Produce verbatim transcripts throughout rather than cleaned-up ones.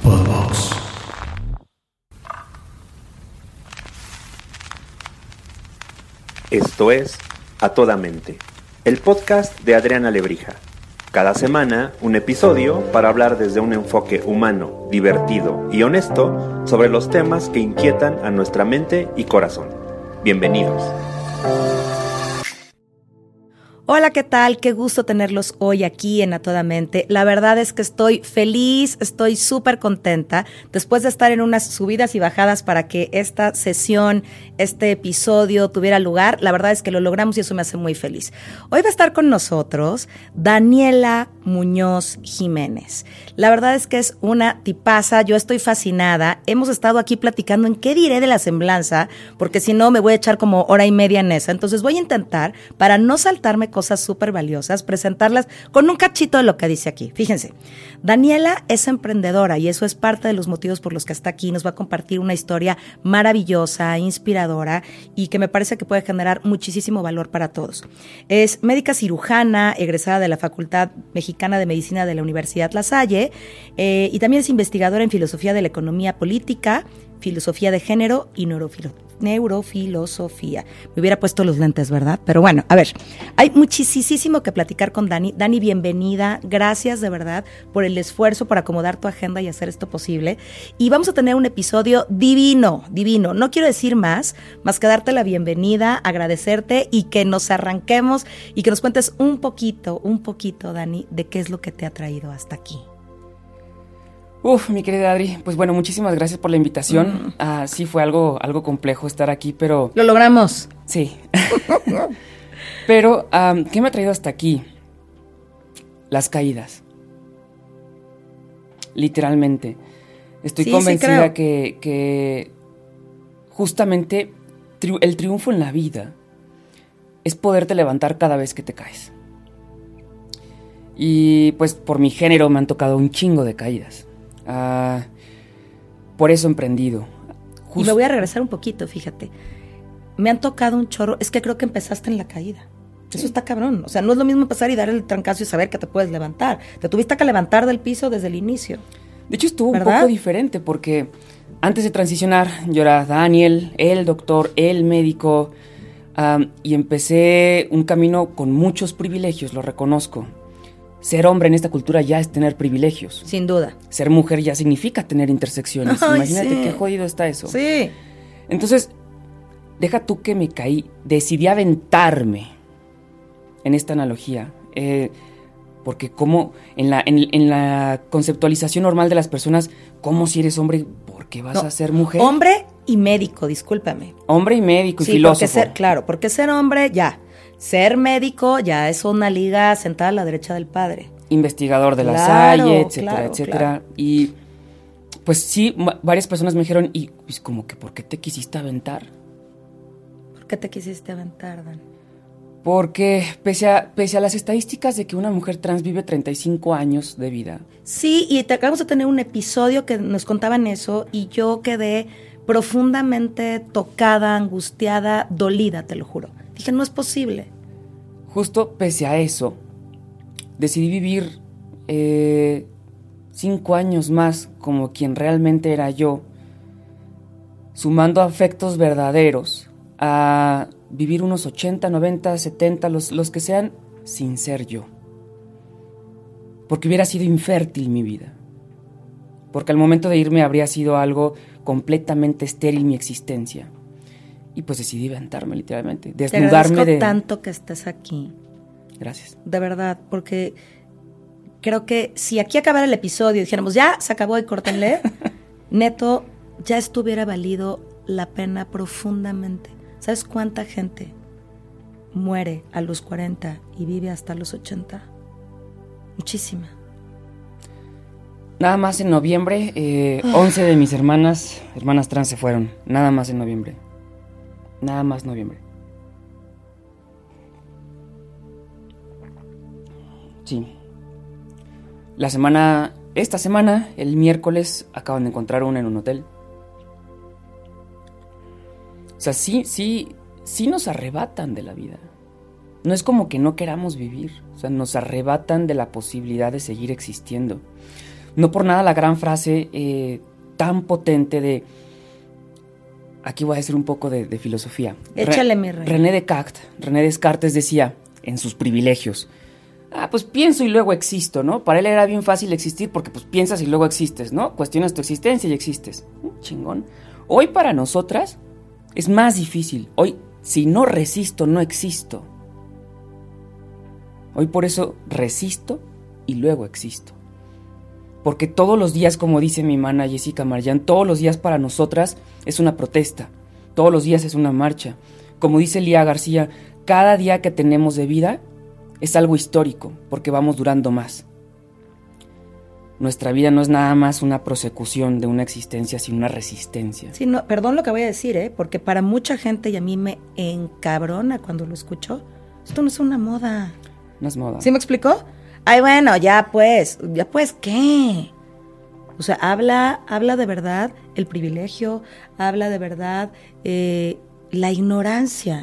Podbox. Esto es A Toda Mente, el podcast de Adriana Lebrija. Cada semana, un episodio para hablar desde un enfoque humano, divertido y honesto sobre los temas que inquietan a nuestra mente y corazón. Bienvenidos. Hola, ¿qué tal? Qué gusto tenerlos hoy aquí en A Toda Mente. La verdad es que estoy feliz, estoy súper contenta después de estar en unas subidas y bajadas para que esta sesión, este episodio tuviera lugar. La verdad es que lo logramos y eso me hace muy feliz. Hoy va a estar con nosotros Daniela Muñoz Jiménez. La verdad es que es una tipaza, yo estoy fascinada. Hemos estado aquí platicando en qué diré de la semblanza, porque si no me voy a echar como hora y media en esa. Entonces voy a intentar, para no saltarme cosas cosas súper valiosas, presentarlas con un cachito de lo que dice aquí. Fíjense, Daniela es emprendedora y eso es parte de los motivos por los que está aquí. Nos va a compartir una historia maravillosa, inspiradora y que me parece que puede generar muchísimo valor para todos. Es médica cirujana, egresada de la Facultad Mexicana de Medicina de la Universidad La Salle eh, y también es investigadora en filosofía de la economía política, filosofía de género y neurofilo- neurofilosofía. Me hubiera puesto los lentes, ¿verdad? Pero bueno, a ver, hay muchísimo que platicar con Dani. Dani, bienvenida. Gracias de verdad por el esfuerzo, por acomodar tu agenda y hacer esto posible. Y vamos a tener un episodio divino, divino. No quiero decir más, más que darte la bienvenida, agradecerte y que nos arranquemos y que nos cuentes un poquito, un poquito, Dani, de qué es lo que te ha traído hasta aquí. Uf, mi querida Adri, pues bueno, muchísimas gracias por la invitación. Mm. Uh, sí, fue algo, algo complejo estar aquí, pero... ¡Lo logramos! Sí. Pero, um, ¿qué me ha traído hasta aquí? Las caídas. Literalmente. Estoy sí, convencida sí, que, que justamente tri- el triunfo en la vida es poderte levantar cada vez que te caes. Y pues por mi género me han tocado un chingo de caídas. Uh, por eso he emprendido. Just... Y me voy a regresar un poquito, fíjate. Me han tocado un chorro. Es que creo que empezaste en la caída. ¿Sí? Eso está cabrón. O sea, no es lo mismo empezar y dar el trancazo y saber que te puedes levantar. Te tuviste que levantar del piso desde el inicio. De hecho, estuvo ¿verdad? Un poco diferente porque antes de transicionar, yo era Daniel, el doctor, el médico, um, y empecé un camino con muchos privilegios, lo reconozco. Ser hombre en esta cultura ya es tener privilegios. Sin duda. Ser mujer ya significa tener intersecciones. Ay, imagínate sí. Qué jodido está eso. Sí. Entonces, deja tú que me caí. Decidí aventarme en esta analogía. Eh, porque como en la, en, en la conceptualización normal de las personas, ¿cómo si eres hombre? ¿Por qué vas no, a ser mujer? Hombre y médico, discúlpame. Hombre y médico y sí, filósofo. Porque ser, claro, porque ser hombre, ya. Ser médico ya es una liga sentada a la derecha del padre. Investigador de la claro, Salle, etcétera, claro, etcétera. Claro. Y pues sí, m- varias personas me dijeron, y pues como que, ¿por qué te quisiste aventar? ¿Por qué te quisiste aventar, Dan? Porque pese a, pese a las estadísticas de que una mujer trans vive treinta y cinco años de vida. Sí, y te acabamos de tener un episodio que nos contaban eso y yo quedé profundamente tocada, angustiada, dolida, te lo juro. Dije, no es posible. Justo pese a eso, decidí vivir eh, cinco años más como quien realmente era yo, sumando afectos verdaderos a vivir unos ochenta, noventa, setenta, los, los que sean, sin ser yo. Porque hubiera sido infértil mi vida. Porque al momento de irme habría sido algo completamente estéril mi existencia. Y pues decidí aventarme literalmente, desnudarme Te agradezco de... tanto que estés aquí. Gracias. De verdad, porque creo que si aquí acabara el episodio y dijéramos, ya, se acabó y córtenle, neto, ya estuviera valido la pena profundamente. ¿Sabes cuánta gente muere a los cuarenta y vive hasta los ochenta? Muchísima. Nada más en noviembre, eh, once de mis hermanas, hermanas trans se fueron. Nada más en noviembre. Nada más noviembre. Sí. La semana, esta semana, el miércoles, acaban de encontrar una en un hotel. O sea, sí, sí, sí nos arrebatan de la vida. No es como que no queramos vivir. O sea, nos arrebatan de la posibilidad de seguir existiendo. No por nada la gran frase eh, tan potente de... Aquí voy a decir un poco de, de filosofía. Échale, mi rey. René Descartes, René Descartes decía, en sus privilegios, ah, pues pienso y luego existo, ¿no? Para él era bien fácil existir porque pues piensas y luego existes, ¿no? Cuestionas tu existencia y existes. Mm, chingón. Hoy para nosotras es más difícil. Hoy, si no resisto, no existo. Hoy por eso resisto y luego existo. Porque todos los días, como dice mi hermana Jessica Marjan, todos los días para nosotras es una protesta, todos los días es una marcha. Como dice Lía García, cada día que tenemos de vida es algo histórico, porque vamos durando más. Nuestra vida no es nada más una prosecución de una existencia, sino una resistencia. Sí, no, perdón lo que voy a decir, ¿eh? Porque para mucha gente, y a mí me encabrona cuando lo escucho, esto no es una moda. No es moda. ¿Sí me explicó? Ay, bueno, ya pues, ya pues, ¿qué? O sea, habla, habla de verdad el privilegio, habla de verdad eh, la ignorancia.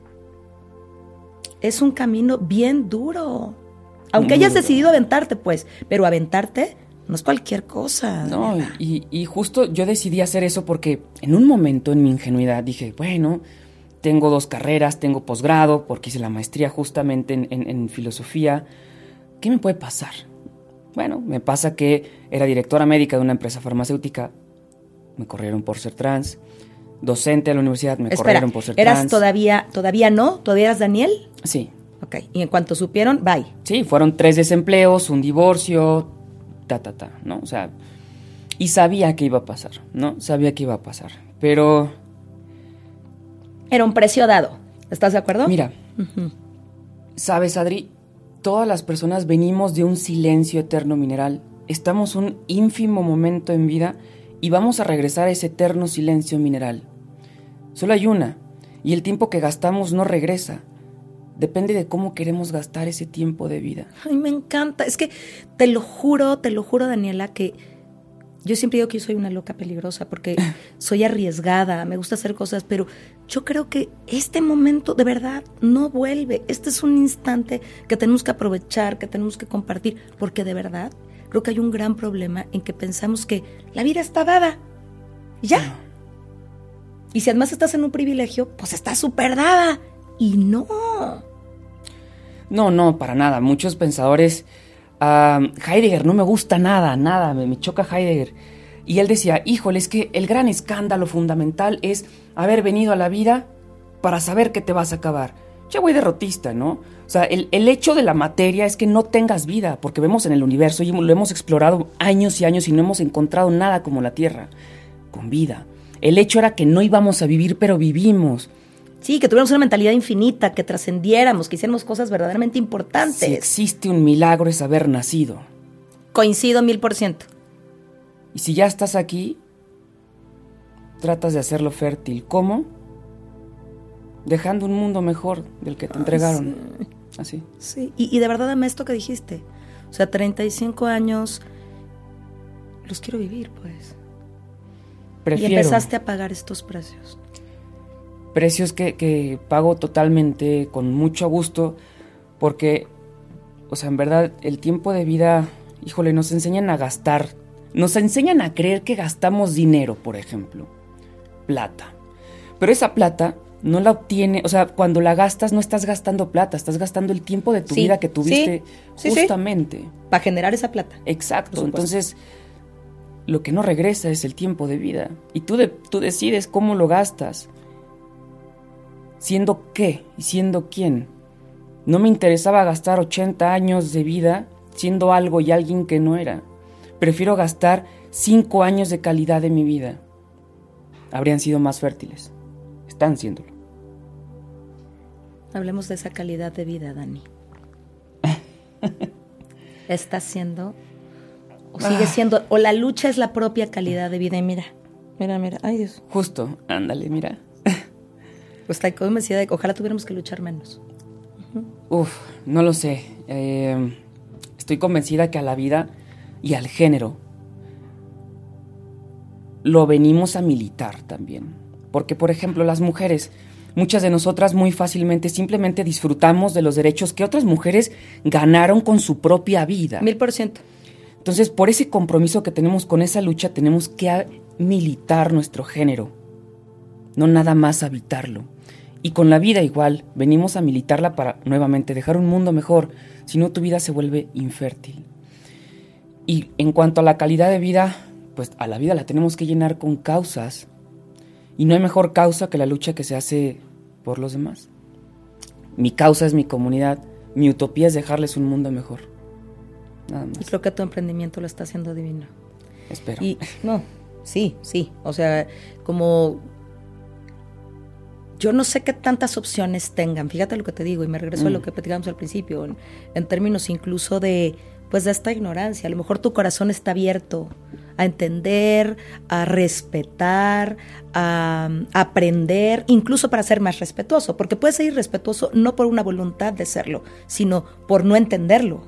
Es un camino bien duro. Aunque hayas decidido aventarte, pues, pero aventarte no es cualquier cosa. No, y, y justo yo decidí hacer eso porque en un momento en mi ingenuidad dije, bueno, tengo dos carreras, tengo posgrado, porque hice la maestría justamente en, en, en filosofía. ¿Qué me puede pasar? Bueno, me pasa que era directora médica de una empresa farmacéutica, me corrieron por ser trans, docente de la universidad, me Espera, corrieron por ser ¿eras trans. todavía, todavía no? ¿Todavía eras Daniel? Sí. Ok, y en cuanto supieron, bye. Sí, fueron tres desempleos, un divorcio, ta, ta, ta, ¿no? O sea, y sabía que iba a pasar, ¿no? Sabía que iba a pasar, pero... Era un precio dado, ¿estás de acuerdo? Mira, uh-huh. ¿Sabes, Adri? Todas las personas venimos de un silencio eterno mineral. Estamos un ínfimo momento en vida y vamos a regresar a ese eterno silencio mineral. Solo hay una, y el tiempo que gastamos no regresa. Depende de cómo queremos gastar ese tiempo de vida. Ay, me encanta. Es que te lo juro, te lo juro, Daniela, que yo siempre digo que yo soy una loca peligrosa porque soy arriesgada, me gusta hacer cosas, pero yo creo que este momento de verdad no vuelve. Este es un instante que tenemos que aprovechar, que tenemos que compartir, porque de verdad creo que hay un gran problema en que pensamos que la vida está dada. Ya. Y si además estás en un privilegio, pues está súper dada. Y no. No, no, para nada. Muchos pensadores... Uh, Heidegger no me gusta nada, nada, me, me choca Heidegger. Y él decía, híjole, es que el gran escándalo fundamental es haber venido a la vida para saber que te vas a acabar. Ya voy derrotista, ¿no? O sea, el, el hecho de la materia es que no tengas vida, porque vemos en el universo y lo hemos explorado años y años y no hemos encontrado nada como la Tierra, con vida. El hecho era que no íbamos a vivir, pero vivimos. Sí, que tuviéramos una mentalidad infinita, que trascendiéramos, que hiciéramos cosas verdaderamente importantes. Si existe un milagro es haber nacido. Coincido mil por ciento. Y si ya estás aquí, tratas de hacerlo fértil. ¿Cómo? Dejando un mundo mejor del que te Ay, entregaron. Sí. Así. Sí, y, y de verdad dame esto que dijiste. O sea, treinta y cinco años, los quiero vivir, pues. Prefiero. Y empezaste a pagar estos precios. Precios que, que pago totalmente con mucho gusto porque, o sea, en verdad, el tiempo de vida, híjole, nos enseñan a gastar, nos enseñan a creer que gastamos dinero, por ejemplo, plata. Pero esa plata no la obtiene, o sea, cuando la gastas no estás gastando plata, estás gastando el tiempo de tu sí, vida que tuviste sí, justamente. Sí, sí. Para generar esa plata. Exacto, entonces lo que no regresa es el tiempo de vida y tú, de, tú decides cómo lo gastas. ¿Siendo qué? ¿Y siendo quién? No me interesaba gastar ochenta años de vida siendo algo y alguien que no era. Prefiero gastar cinco años de calidad de mi vida. Habrían sido más fértiles. Están siéndolo. Hablemos de esa calidad de vida, Dani. Está siendo, o sigue siendo, o la lucha es la propia calidad de vida. Y mira, mira, mira, ay Dios. Justo, ándale, mira. Pues la convencida de que ojalá tuviéramos que luchar menos. Uh-huh. Uf, no lo sé. Eh, estoy convencida que a la vida y al género lo venimos a militar también. Porque, por ejemplo, las mujeres, muchas de nosotras muy fácilmente simplemente disfrutamos de los derechos que otras mujeres ganaron con su propia vida. Mil por ciento. Entonces, por ese compromiso que tenemos con esa lucha, tenemos que militar nuestro género, no nada más habitarlo. Y con la vida igual, venimos a militarla para, nuevamente, dejar un mundo mejor, si no tu vida se vuelve infértil. Y en cuanto a la calidad de vida, pues a la vida la tenemos que llenar con causas, y no hay mejor causa que la lucha que se hace por los demás. Mi causa es mi comunidad, mi utopía es dejarles un mundo mejor. Nada más. Y creo que tu emprendimiento lo está haciendo divino. Espero. Y no, sí, sí, o sea, como yo no sé qué tantas opciones tengan, fíjate lo que te digo, y me regreso mm. a lo que platicamos al principio, en, en términos incluso de, pues de esta ignorancia. A lo mejor tu corazón está abierto a entender, a respetar, a, a aprender, incluso para ser más respetuoso, porque puedes ser irrespetuoso no por una voluntad de serlo, sino por no entenderlo.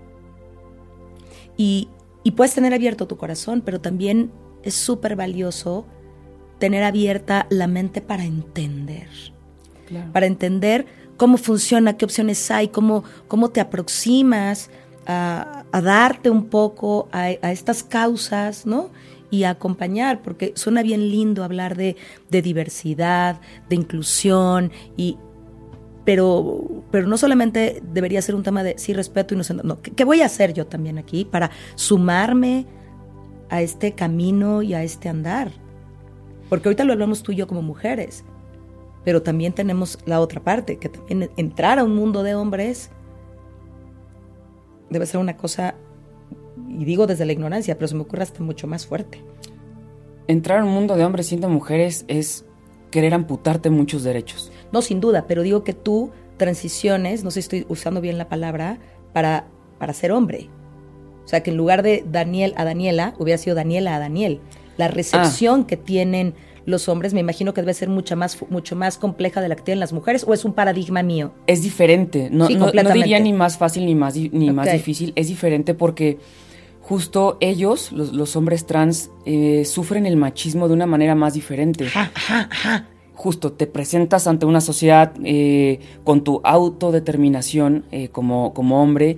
Y, y puedes tener abierto tu corazón, pero también es súper valioso tener abierta la mente para entender. Claro. Para entender cómo funciona, qué opciones hay, cómo, cómo te aproximas a, a darte un poco a, a estas causas, ¿no? Y a acompañar, porque suena bien lindo hablar de, de diversidad, de inclusión, y, pero, pero no solamente debería ser un tema de sí, respeto y no sé, no, ¿qué, qué voy a hacer yo también aquí para sumarme a este camino y a este andar? Porque ahorita lo hablamos tú y yo como mujeres, pero también tenemos la otra parte, que también entrar a un mundo de hombres debe ser una cosa, y digo desde la ignorancia, pero se me ocurre hasta mucho más fuerte. Entrar a un mundo de hombres siendo mujeres es querer amputarte muchos derechos. No, sin duda, pero digo que tú transiciones, no sé si estoy usando bien la palabra, para, para ser hombre. O sea, que en lugar de Daniel a Daniela, hubiera sido Daniela a Daniel. La recepción ah. que tienen los hombres, me imagino que debe ser mucha más, mucho más compleja de la que tienen las mujeres, ¿o es un paradigma mío? Es diferente, no, sí, no, no diría ni más fácil ni más, ni okay. más difícil, es diferente porque justo ellos, los, los hombres trans, eh, sufren el machismo de una manera más diferente. Ajá, ajá, ajá. Justo, te presentas ante una sociedad eh, con tu autodeterminación eh, como, como hombre,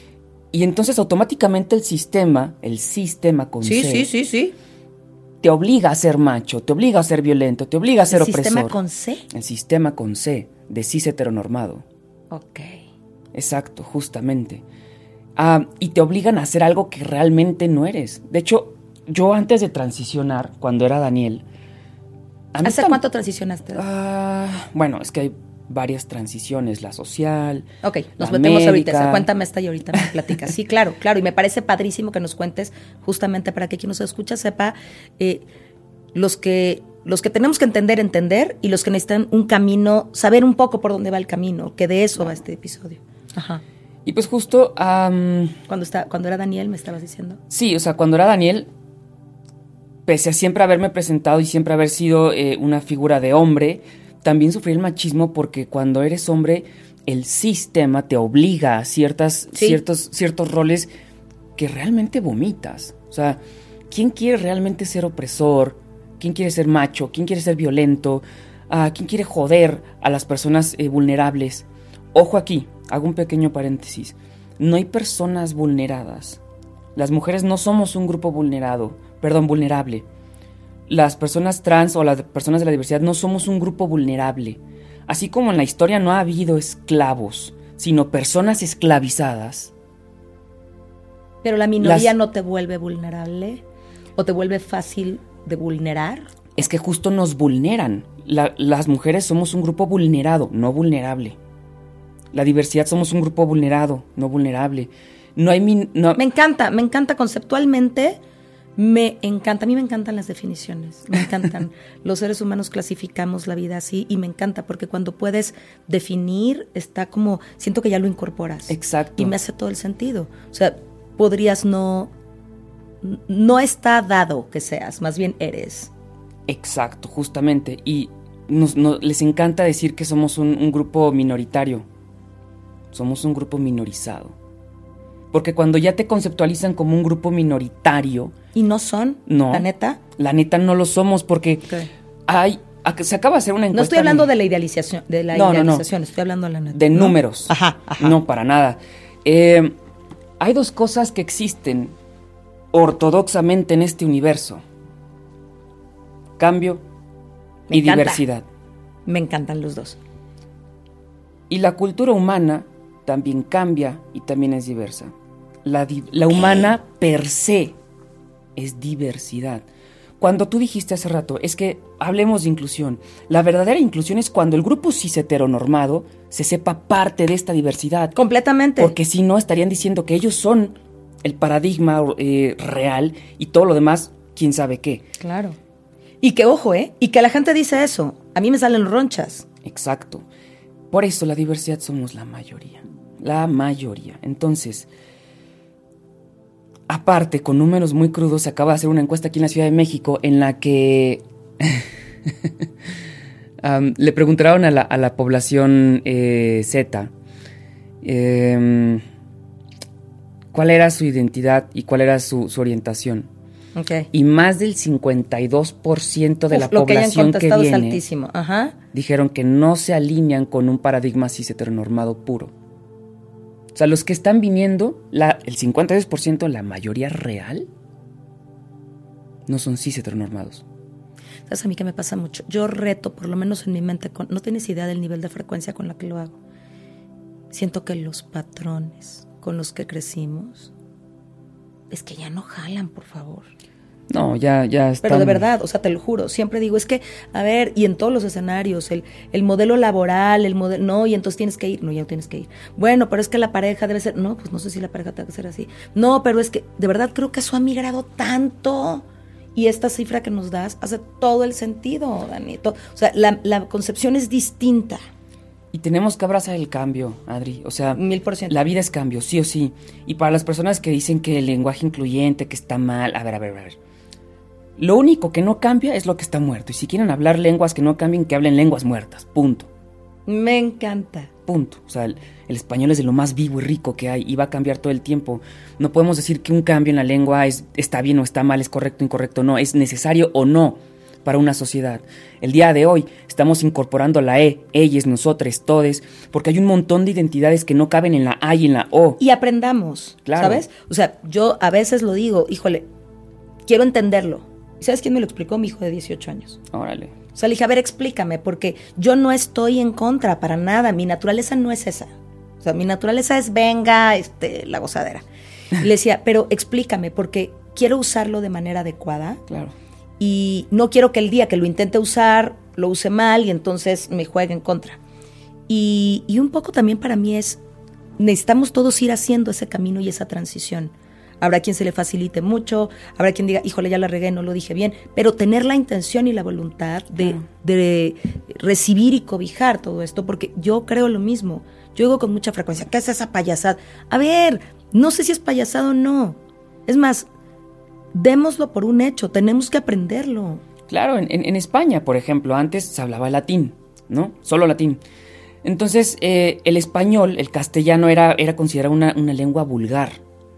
y entonces automáticamente el sistema, el sistema con sí, C, sí, sí, sí. te obliga a ser macho, te obliga a ser violento, te obliga a ser opresor. ¿El sistema con C? El sistema con C, de cis heteronormado. Ok. Exacto, justamente. Ah, y te obligan a hacer algo que realmente no eres. De hecho, yo antes de transicionar, cuando era Daniel... ¿Hace tam- cuánto transicionaste? Ah, bueno, es que hay varias transiciones, la social, Ok, nos metemos ahorita, esa, cuéntame esta y ahorita me platicas. Sí, claro, claro, y me parece padrísimo que nos cuentes, justamente para que quien nos escucha sepa, eh, los que los que tenemos que entender, entender, y los que necesitan un camino, saber un poco por dónde va el camino, que de eso va este episodio. Ajá. Y pues justo... Um, cuando, está, cuando era Daniel, me estabas diciendo. Sí, o sea, cuando era Daniel, pese a siempre haberme presentado y siempre haber sido eh, una figura de hombre, también sufrí el machismo porque cuando eres hombre, el sistema te obliga a ciertas, sí. ciertos, ciertos roles que realmente vomitas. O sea, ¿quién quiere realmente ser opresor? ¿Quién quiere ser macho? ¿Quién quiere ser violento? Uh, ¿Quién quiere joder a las personas eh, vulnerables? Ojo aquí, hago un pequeño paréntesis. No hay personas vulneradas. Las mujeres no somos un grupo vulnerado, perdón, vulnerable. Las personas trans o las personas de la diversidad no somos un grupo vulnerable. Así como en la historia no ha habido esclavos, sino personas esclavizadas. ¿Pero la minoría las... no te vuelve vulnerable? ¿O te vuelve fácil de vulnerar? Es que justo nos vulneran. La, las mujeres somos un grupo vulnerado, no vulnerable. La diversidad somos un grupo vulnerado, no vulnerable. No hay... Min, no... Me encanta, me encanta conceptualmente... Me encanta, a mí me encantan las definiciones, me encantan. Los seres humanos clasificamos la vida así y me encanta porque cuando puedes definir, está como, siento que ya lo incorporas. Exacto. Y me hace todo el sentido. O sea, podrías no, no está dado que seas, más bien eres. Exacto, justamente. Y nos, nos, les encanta decir que somos un, un grupo minoritario. Somos un grupo minorizado. Porque cuando ya te conceptualizan como un grupo minoritario... ¿Y no son? No. ¿La neta? La neta no lo somos porque okay. hay... Se acaba de hacer una encuesta... No estoy hablando en... de la idealización, de la no, idealización, no, no. Estoy hablando de la neta. De ¿no? números. Ajá, ajá. No, para nada. Eh, hay dos cosas que existen ortodoxamente en este universo. Cambio Me y encanta. diversidad. Me encantan los dos. Y la cultura humana también cambia y también es diversa. La, di- la humana per se es diversidad. Cuando tú dijiste hace rato, es que hablemos de inclusión. La verdadera inclusión es cuando el grupo cis heteronormado se sepa parte de esta diversidad. Completamente. Porque si no, estarían diciendo que ellos son el paradigma eh, real y todo lo demás, quién sabe qué. Claro. Y que, ojo, ¿eh? Y que la gente dice eso. A mí me salen ronchas. Exacto. Por eso la diversidad somos la mayoría. La mayoría. Entonces, aparte, con números muy crudos, se acaba de hacer una encuesta aquí en la Ciudad de México en la que um, le preguntaron a la, a la población eh, Z eh, cuál era su identidad y cuál era su, su orientación. Okay. Y más del cincuenta y dos por ciento de Uf, la lo que hayan población que contestado es viene altísimo. Ajá. dijeron que no se alinean con un paradigma cis heteronormado puro. O sea, los que están viniendo, la, el cincuenta y dos por ciento, la mayoría real, no son cis heteronormados. ¿Sabes a mí qué me pasa mucho? Yo reto, por lo menos en mi mente, con, no tienes idea del nivel de frecuencia con la que lo hago. Siento que los patrones con los que crecimos, es que ya no jalan, por favor. No, ya, ya están... Pero de verdad, o sea, te lo juro, siempre digo, es que, a ver, y en todos los escenarios, el, el modelo laboral, el modelo, no, y entonces tienes que ir, no, ya no tienes que ir. Bueno, pero es que la pareja debe ser, no, pues no sé si la pareja tiene que ser así. No, pero es que, de verdad, creo que eso ha migrado tanto, y esta cifra que nos das hace todo el sentido, Dani. To- o sea, la, la concepción es distinta. Y tenemos que abrazar el cambio, Adri. O sea, Mil por ciento. la vida es cambio, sí o sí. Y para las personas que dicen que el lenguaje incluyente, que está mal, a ver, a ver, a ver. Lo único que no cambia es lo que está muerto. Y si quieren hablar lenguas que no cambien, que hablen lenguas muertas. Punto. Me encanta. Punto. O sea, el, el español es de lo más vivo y rico que hay y va a cambiar todo el tiempo. No podemos decir que un cambio en la lengua es, está bien o está mal, es correcto o incorrecto. No, es necesario o no para una sociedad. El día de hoy estamos incorporando la E, ellos, nosotros, todes, porque hay un montón de identidades que no caben en la A y en la O. Y aprendamos, Claro. ¿sabes? O sea, yo a veces lo digo, híjole, quiero entenderlo. ¿Y sabes quién me lo explicó? Mi hijo de dieciocho años. Órale. O sea, le dije, a ver, explícame, porque yo no estoy en contra para nada. Mi naturaleza no es esa. O sea, mi naturaleza es venga, este, la gozadera. Y le decía, pero explícame, porque quiero usarlo de manera adecuada. Claro. Y no quiero que el día que lo intente usar, lo use mal y entonces me juegue en contra. Y, y un poco también para mí es, necesitamos todos ir haciendo ese camino y esa transición. Habrá quien se le facilite mucho, habrá quien diga, híjole, ya la regué, no lo dije bien, pero tener la intención y la voluntad de, Claro. de recibir y cobijar todo esto, porque yo creo lo mismo. Yo digo con mucha frecuencia, ¿qué es esa payasada? A ver, no sé si es payasada o no. Es más, démoslo por un hecho, tenemos que aprenderlo. Claro, en, en, en España, por ejemplo, antes se hablaba latín, ¿no? Solo latín. Entonces, eh, el español, el castellano, era, era considerado una, una lengua vulgar.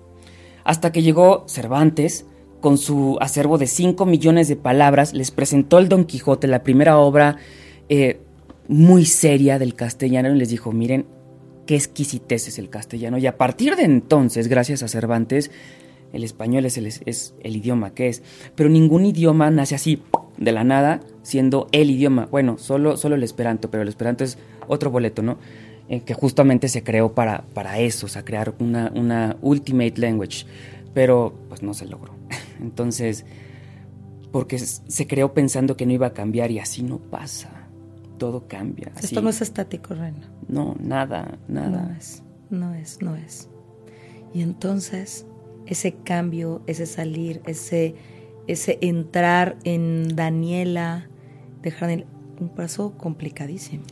Hasta que llegó Cervantes, con su acervo de cinco millones de palabras, les presentó el Don Quijote, la primera obra eh, muy seria del castellano, y les dijo, miren, qué exquisitez es el castellano. Y a partir de entonces, gracias a Cervantes, el español es el, es el idioma que es. Pero ningún idioma nace así, de la nada, siendo el idioma. Bueno, solo, solo el esperanto, pero el esperanto es otro boleto, ¿no? Eh, que justamente se creó para, para eso, o sea, crear una, una ultimate language. Pero, pues, no se logró. Entonces, porque se creó pensando que no iba a cambiar y así no pasa. Todo cambia. Así. Esto no es estático, Reina. No, nada, nada. No es, no es, no es. Y entonces, ese cambio, ese salir, ese, ese entrar en Daniela, dejar de, un paso complicadísimo.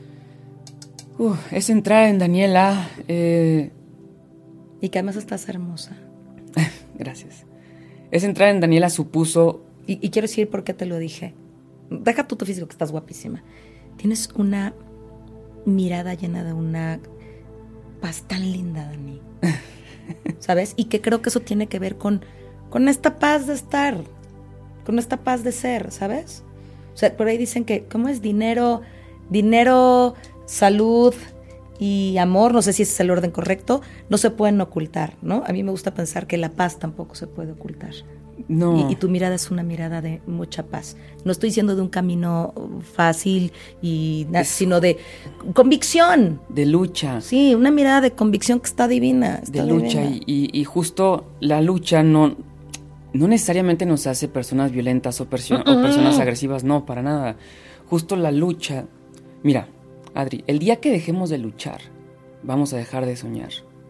Uh, es entrar en Daniela. Eh... Y que además estás hermosa. Gracias. Es entrar en Daniela supuso... Y, y quiero decir por qué te lo dije. Deja tú tu físico, que estás guapísima. Tienes una mirada llena de una paz tan linda, Dani. ¿Sabes? Y que creo que eso tiene que ver con, con esta paz de estar, con esta paz de ser, ¿sabes? O sea, por ahí dicen que, ¿cómo es? Dinero, dinero, salud y amor, no sé si ese es el orden correcto, no se pueden ocultar, ¿no? A mí me gusta pensar que la paz tampoco se puede ocultar. No. Y, y tu mirada es una mirada de mucha paz. No estoy diciendo de un camino fácil, y na- sino de convicción. De lucha. Sí, una mirada de convicción que está divina. Está de lucha. divina. Y, y, y justo la lucha no, no necesariamente nos hace personas violentas o, perso- Mm-mm. o personas agresivas. No, para nada. Justo la lucha. Mira, Adri, el día que dejemos de luchar, vamos a dejar de soñar.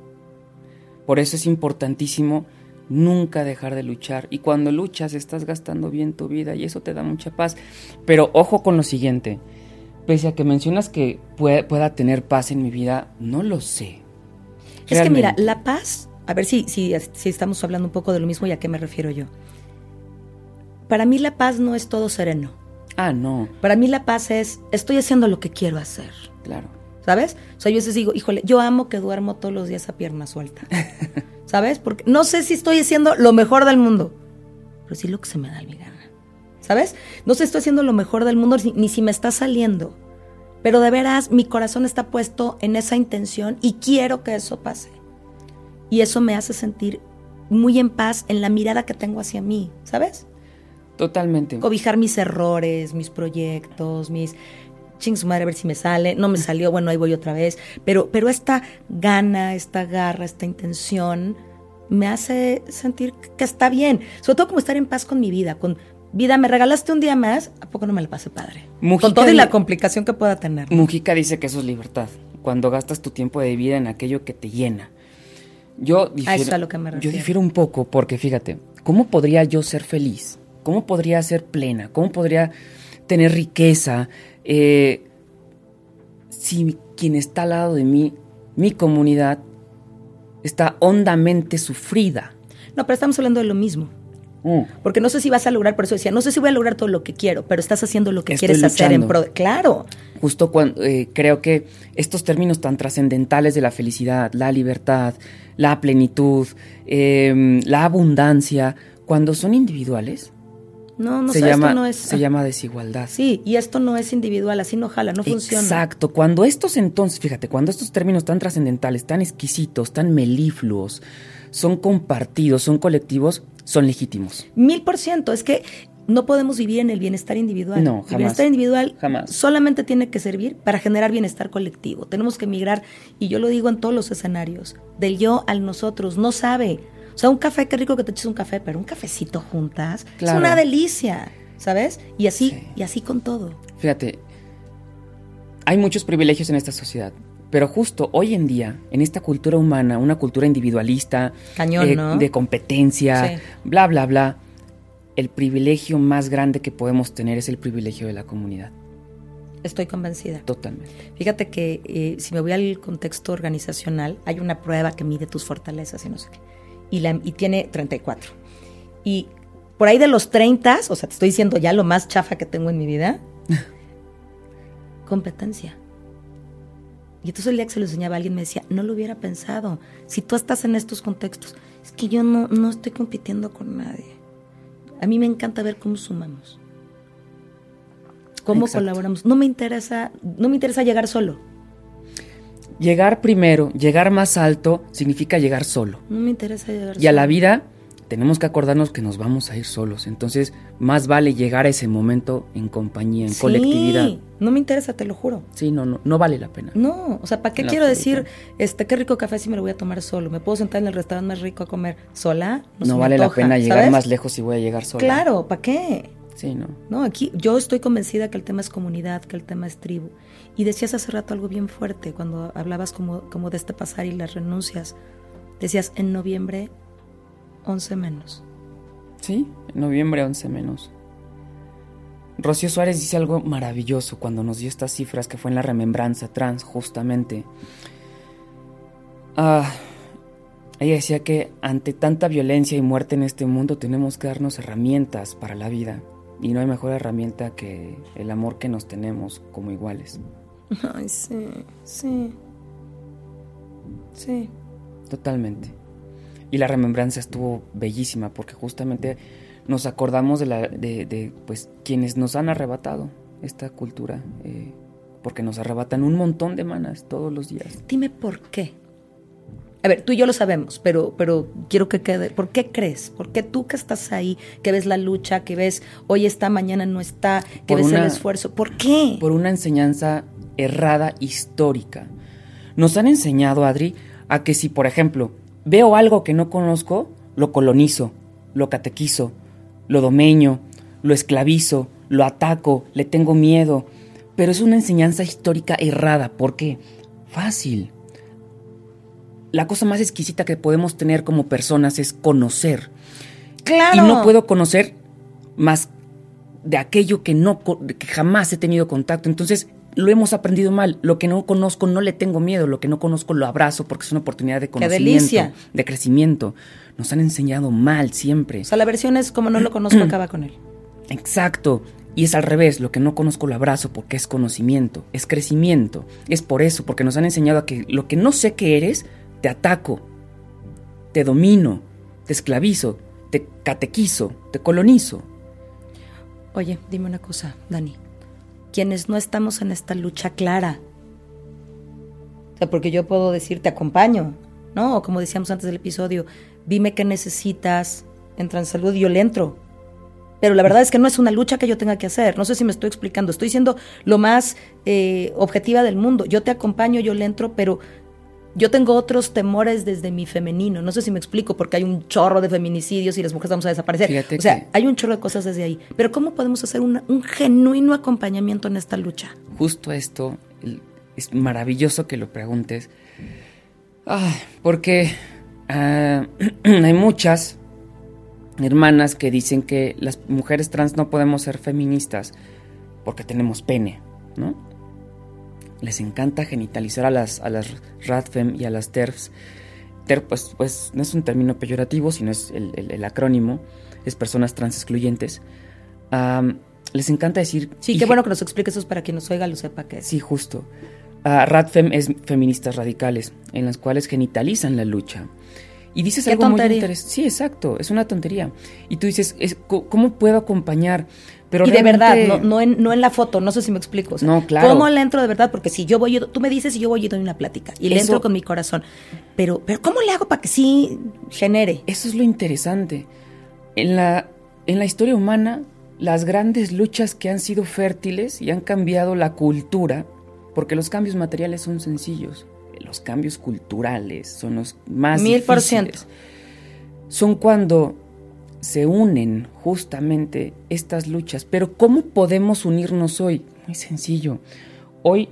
Por eso es importantísimo nunca dejar de luchar. Y cuando luchas estás gastando bien tu vida y eso te da mucha paz. Pero ojo con lo siguiente. Pese a que mencionas que puede, pueda tener paz en mi vida, no lo sé. Es que mira, Realmente. la paz, a ver si, si, si estamos hablando un poco de lo mismo y a qué me refiero yo. Para mí la paz no es todo sereno. Ah, no, Para mí la paz es, estoy haciendo lo que quiero hacer. claro. ¿Sabes? O sea, yo a veces digo, híjole, yo amo que duermo todos los días a pierna suelta. ¿Sabes? Porque no sé si estoy haciendo lo mejor del mundo, pero sí lo que se me da mi gana. ¿Sabes? No sé si estoy haciendo lo mejor del mundo, ni, ni si me está saliendo. Pero de veras, mi corazón está puesto en esa intención y quiero que eso pase. Y eso me hace sentir muy en paz en la mirada que tengo hacia mí, ¿sabes? Totalmente. Cobijar mis errores, mis proyectos, mis... ching su madre, a ver si me sale, no me salió, bueno, ahí voy otra vez, pero, pero esta gana, esta garra, esta intención me hace sentir que está bien, sobre todo como estar en paz con mi vida, con vida, me regalaste un día más, ¿a poco no me la pasé padre? Mujica Con toda y di- la complicación que pueda tener. Mujica dice que eso es libertad, cuando gastas tu tiempo de vida en aquello que te llena. Yo difiero, A eso es a lo que me yo refiero. difiero un poco porque fíjate, ¿cómo podría yo ser feliz? ¿Cómo podría ser plena? ¿Cómo podría tener riqueza? Eh, si quien está al lado de mí, mi comunidad, está hondamente sufrida. No, pero estamos hablando de lo mismo. Mm. Porque no sé si vas a lograr, por eso decía, no sé si voy a lograr todo lo que quiero, pero estás haciendo lo que Estoy quieres hacer en luchando. pro de... Claro. Justo cuando eh, creo que estos términos tan trascendentales de la felicidad, la libertad, la plenitud, eh, la abundancia, cuando son individuales, No, no se, sé, llama, esto no es... se llama desigualdad. Sí, y esto no es individual, así no jala, no funciona. Exacto. Cuando estos entonces, fíjate, cuando estos términos tan trascendentales, tan exquisitos, tan melifluos, son compartidos, son colectivos, son legítimos. Mil por ciento. Es que no podemos vivir en el bienestar individual. No, El jamás. bienestar individual Jamás. solamente tiene que servir para generar bienestar colectivo. Tenemos que migrar, y yo lo digo en todos los escenarios, del yo al nosotros. No sabe. O sea, un café, qué rico que te eches un café, pero un cafecito juntas Claro. es una delicia, ¿sabes? Y así, Sí. y así con todo. Fíjate, hay muchos privilegios en esta sociedad, pero justo hoy en día, en esta cultura humana, una cultura individualista, Cañón, eh, ¿no? de competencia, Sí. bla, bla, bla, el privilegio más grande que podemos tener es el privilegio de la comunidad. Estoy convencida. Totalmente. Fíjate que eh, si me voy al contexto organizacional, hay una prueba que mide tus fortalezas y no sé qué. Y, la, y tiene treinta y cuatro. Y por ahí de los treinta, o sea, te estoy diciendo ya lo más chafa que tengo en mi vida, competencia. Y entonces el día que se lo enseñaba a alguien me decía, no lo hubiera pensado. Si tú estás en estos contextos, es que yo no, no estoy compitiendo con nadie. A mí me encanta ver cómo sumamos. Cómo Exacto. colaboramos. No me interesa, no me interesa llegar solo. Llegar primero, llegar más alto, significa llegar solo. No me interesa llegar Y a la solo. vida tenemos que acordarnos que nos vamos a ir solos. Entonces, más vale llegar a ese momento en compañía, en Sí, colectividad. no me interesa, te lo juro. Sí, no, no, no vale la pena. No, o sea, ¿para qué En quiero absoluto. decir, este, qué rico café si me lo voy a tomar solo? ¿Me puedo sentar en el restaurante más rico a comer sola? No, se me vale la antoja, pena llegar ¿sabes? más lejos si voy a llegar sola. Claro, ¿para qué? Sí, no. No, aquí yo estoy convencida que el tema es comunidad, que el tema es tribu. Y decías hace rato algo bien fuerte cuando hablabas como, como de este pasar y las renuncias. Decías, en noviembre, once menos. Sí, en noviembre once menos. Rocío Suárez dice algo maravilloso cuando nos dio estas cifras que fue en la remembranza trans, justamente. Ah, ella decía que ante tanta violencia y muerte en este mundo tenemos que darnos herramientas para la vida. Y no hay mejor herramienta que el amor que nos tenemos como iguales. Ay, sí, sí. Sí. Totalmente. Y la remembranza estuvo bellísima porque justamente nos acordamos de, la, de, de pues, quienes nos han arrebatado esta cultura eh, porque nos arrebatan un montón de manas todos los días. Dime por qué. A ver, tú y yo lo sabemos, pero, pero quiero que quede. ¿Por qué crees? ¿Por qué tú que estás ahí, que ves la lucha, que ves hoy está, mañana no está, que Por ves una- el esfuerzo? ¿Por qué? Por una enseñanza errada histórica. Nos han enseñado, Adri, a que si, por ejemplo, veo algo que no conozco, lo colonizo, lo catequizo, lo domeño, lo esclavizo, lo ataco, le tengo miedo. Pero es una enseñanza histórica errada. ¿Por qué? Fácil. La cosa más exquisita que podemos tener como personas es conocer. ¡Claro! Y no puedo conocer más de aquello que, no, que jamás he tenido contacto. Entonces, lo hemos aprendido mal. Lo que no conozco no le tengo miedo. Lo que no conozco lo abrazo porque es una oportunidad de conocimiento. ¡Qué delicia! De crecimiento. Nos han enseñado mal siempre. O sea, la versión es como no lo conozco, acaba con él. Exacto. Y es al revés. Lo que no conozco lo abrazo porque es conocimiento. Es crecimiento. Es por eso. Porque nos han enseñado a que lo que no sé que eres, te ataco. Te domino. Te esclavizo. Te catequizo. Te colonizo. Oye, dime una cosa, Dani. Quienes no estamos en esta lucha clara. O sea, porque yo puedo decir, te acompaño, ¿no? O como decíamos antes del episodio, dime qué necesitas, entra en salud y yo le entro. Pero la verdad es que no es una lucha que yo tenga que hacer. No sé si me estoy explicando. Estoy siendo lo más eh, objetiva del mundo. Yo te acompaño, yo le entro, pero yo tengo otros temores desde mi femenino. No sé si me explico, porque hay un chorro de feminicidios y las mujeres vamos a desaparecer. Fíjate o sea, que- hay un chorro de cosas desde ahí. Pero ¿cómo podemos hacer una, un genuino acompañamiento en esta lucha? Justo esto, el- es maravilloso que lo preguntes. Ah, porque ah, hay muchas hermanas que dicen que las mujeres trans no podemos ser feministas porque tenemos pene, ¿no? Les encanta genitalizar a las, a las radfem y a las terfs. Terf, pues, pues no es un término peyorativo, sino es el, el, el acrónimo, es personas trans excluyentes. Um, les encanta decir... Sí, qué bueno que nos explique eso para quien nos oiga lo sepa qué es. Sí, justo. Uh, Radfem es feministas radicales, en las cuales genitalizan la lucha. Y dices Qué algo tontería. muy interesante. Sí, exacto, es una tontería. Y tú dices, es, ¿cómo puedo acompañar? Pero y de realmente- verdad, no, no, en, no en la foto, no sé si me explico. O sea, No, claro. ¿cómo le entro de verdad? Porque si yo voy, tú me dices y yo voy y doy una plática y le Eso- entro con mi corazón. Pero, pero ¿cómo le hago para que sí genere? Eso es lo interesante. En la, en la historia humana, las grandes luchas que han sido fértiles y han cambiado la cultura, porque los cambios materiales son sencillos, los cambios culturales son los más Mil por difíciles. ciento. Son cuando se unen justamente estas luchas. Pero ¿cómo podemos unirnos hoy? Muy sencillo. Hoy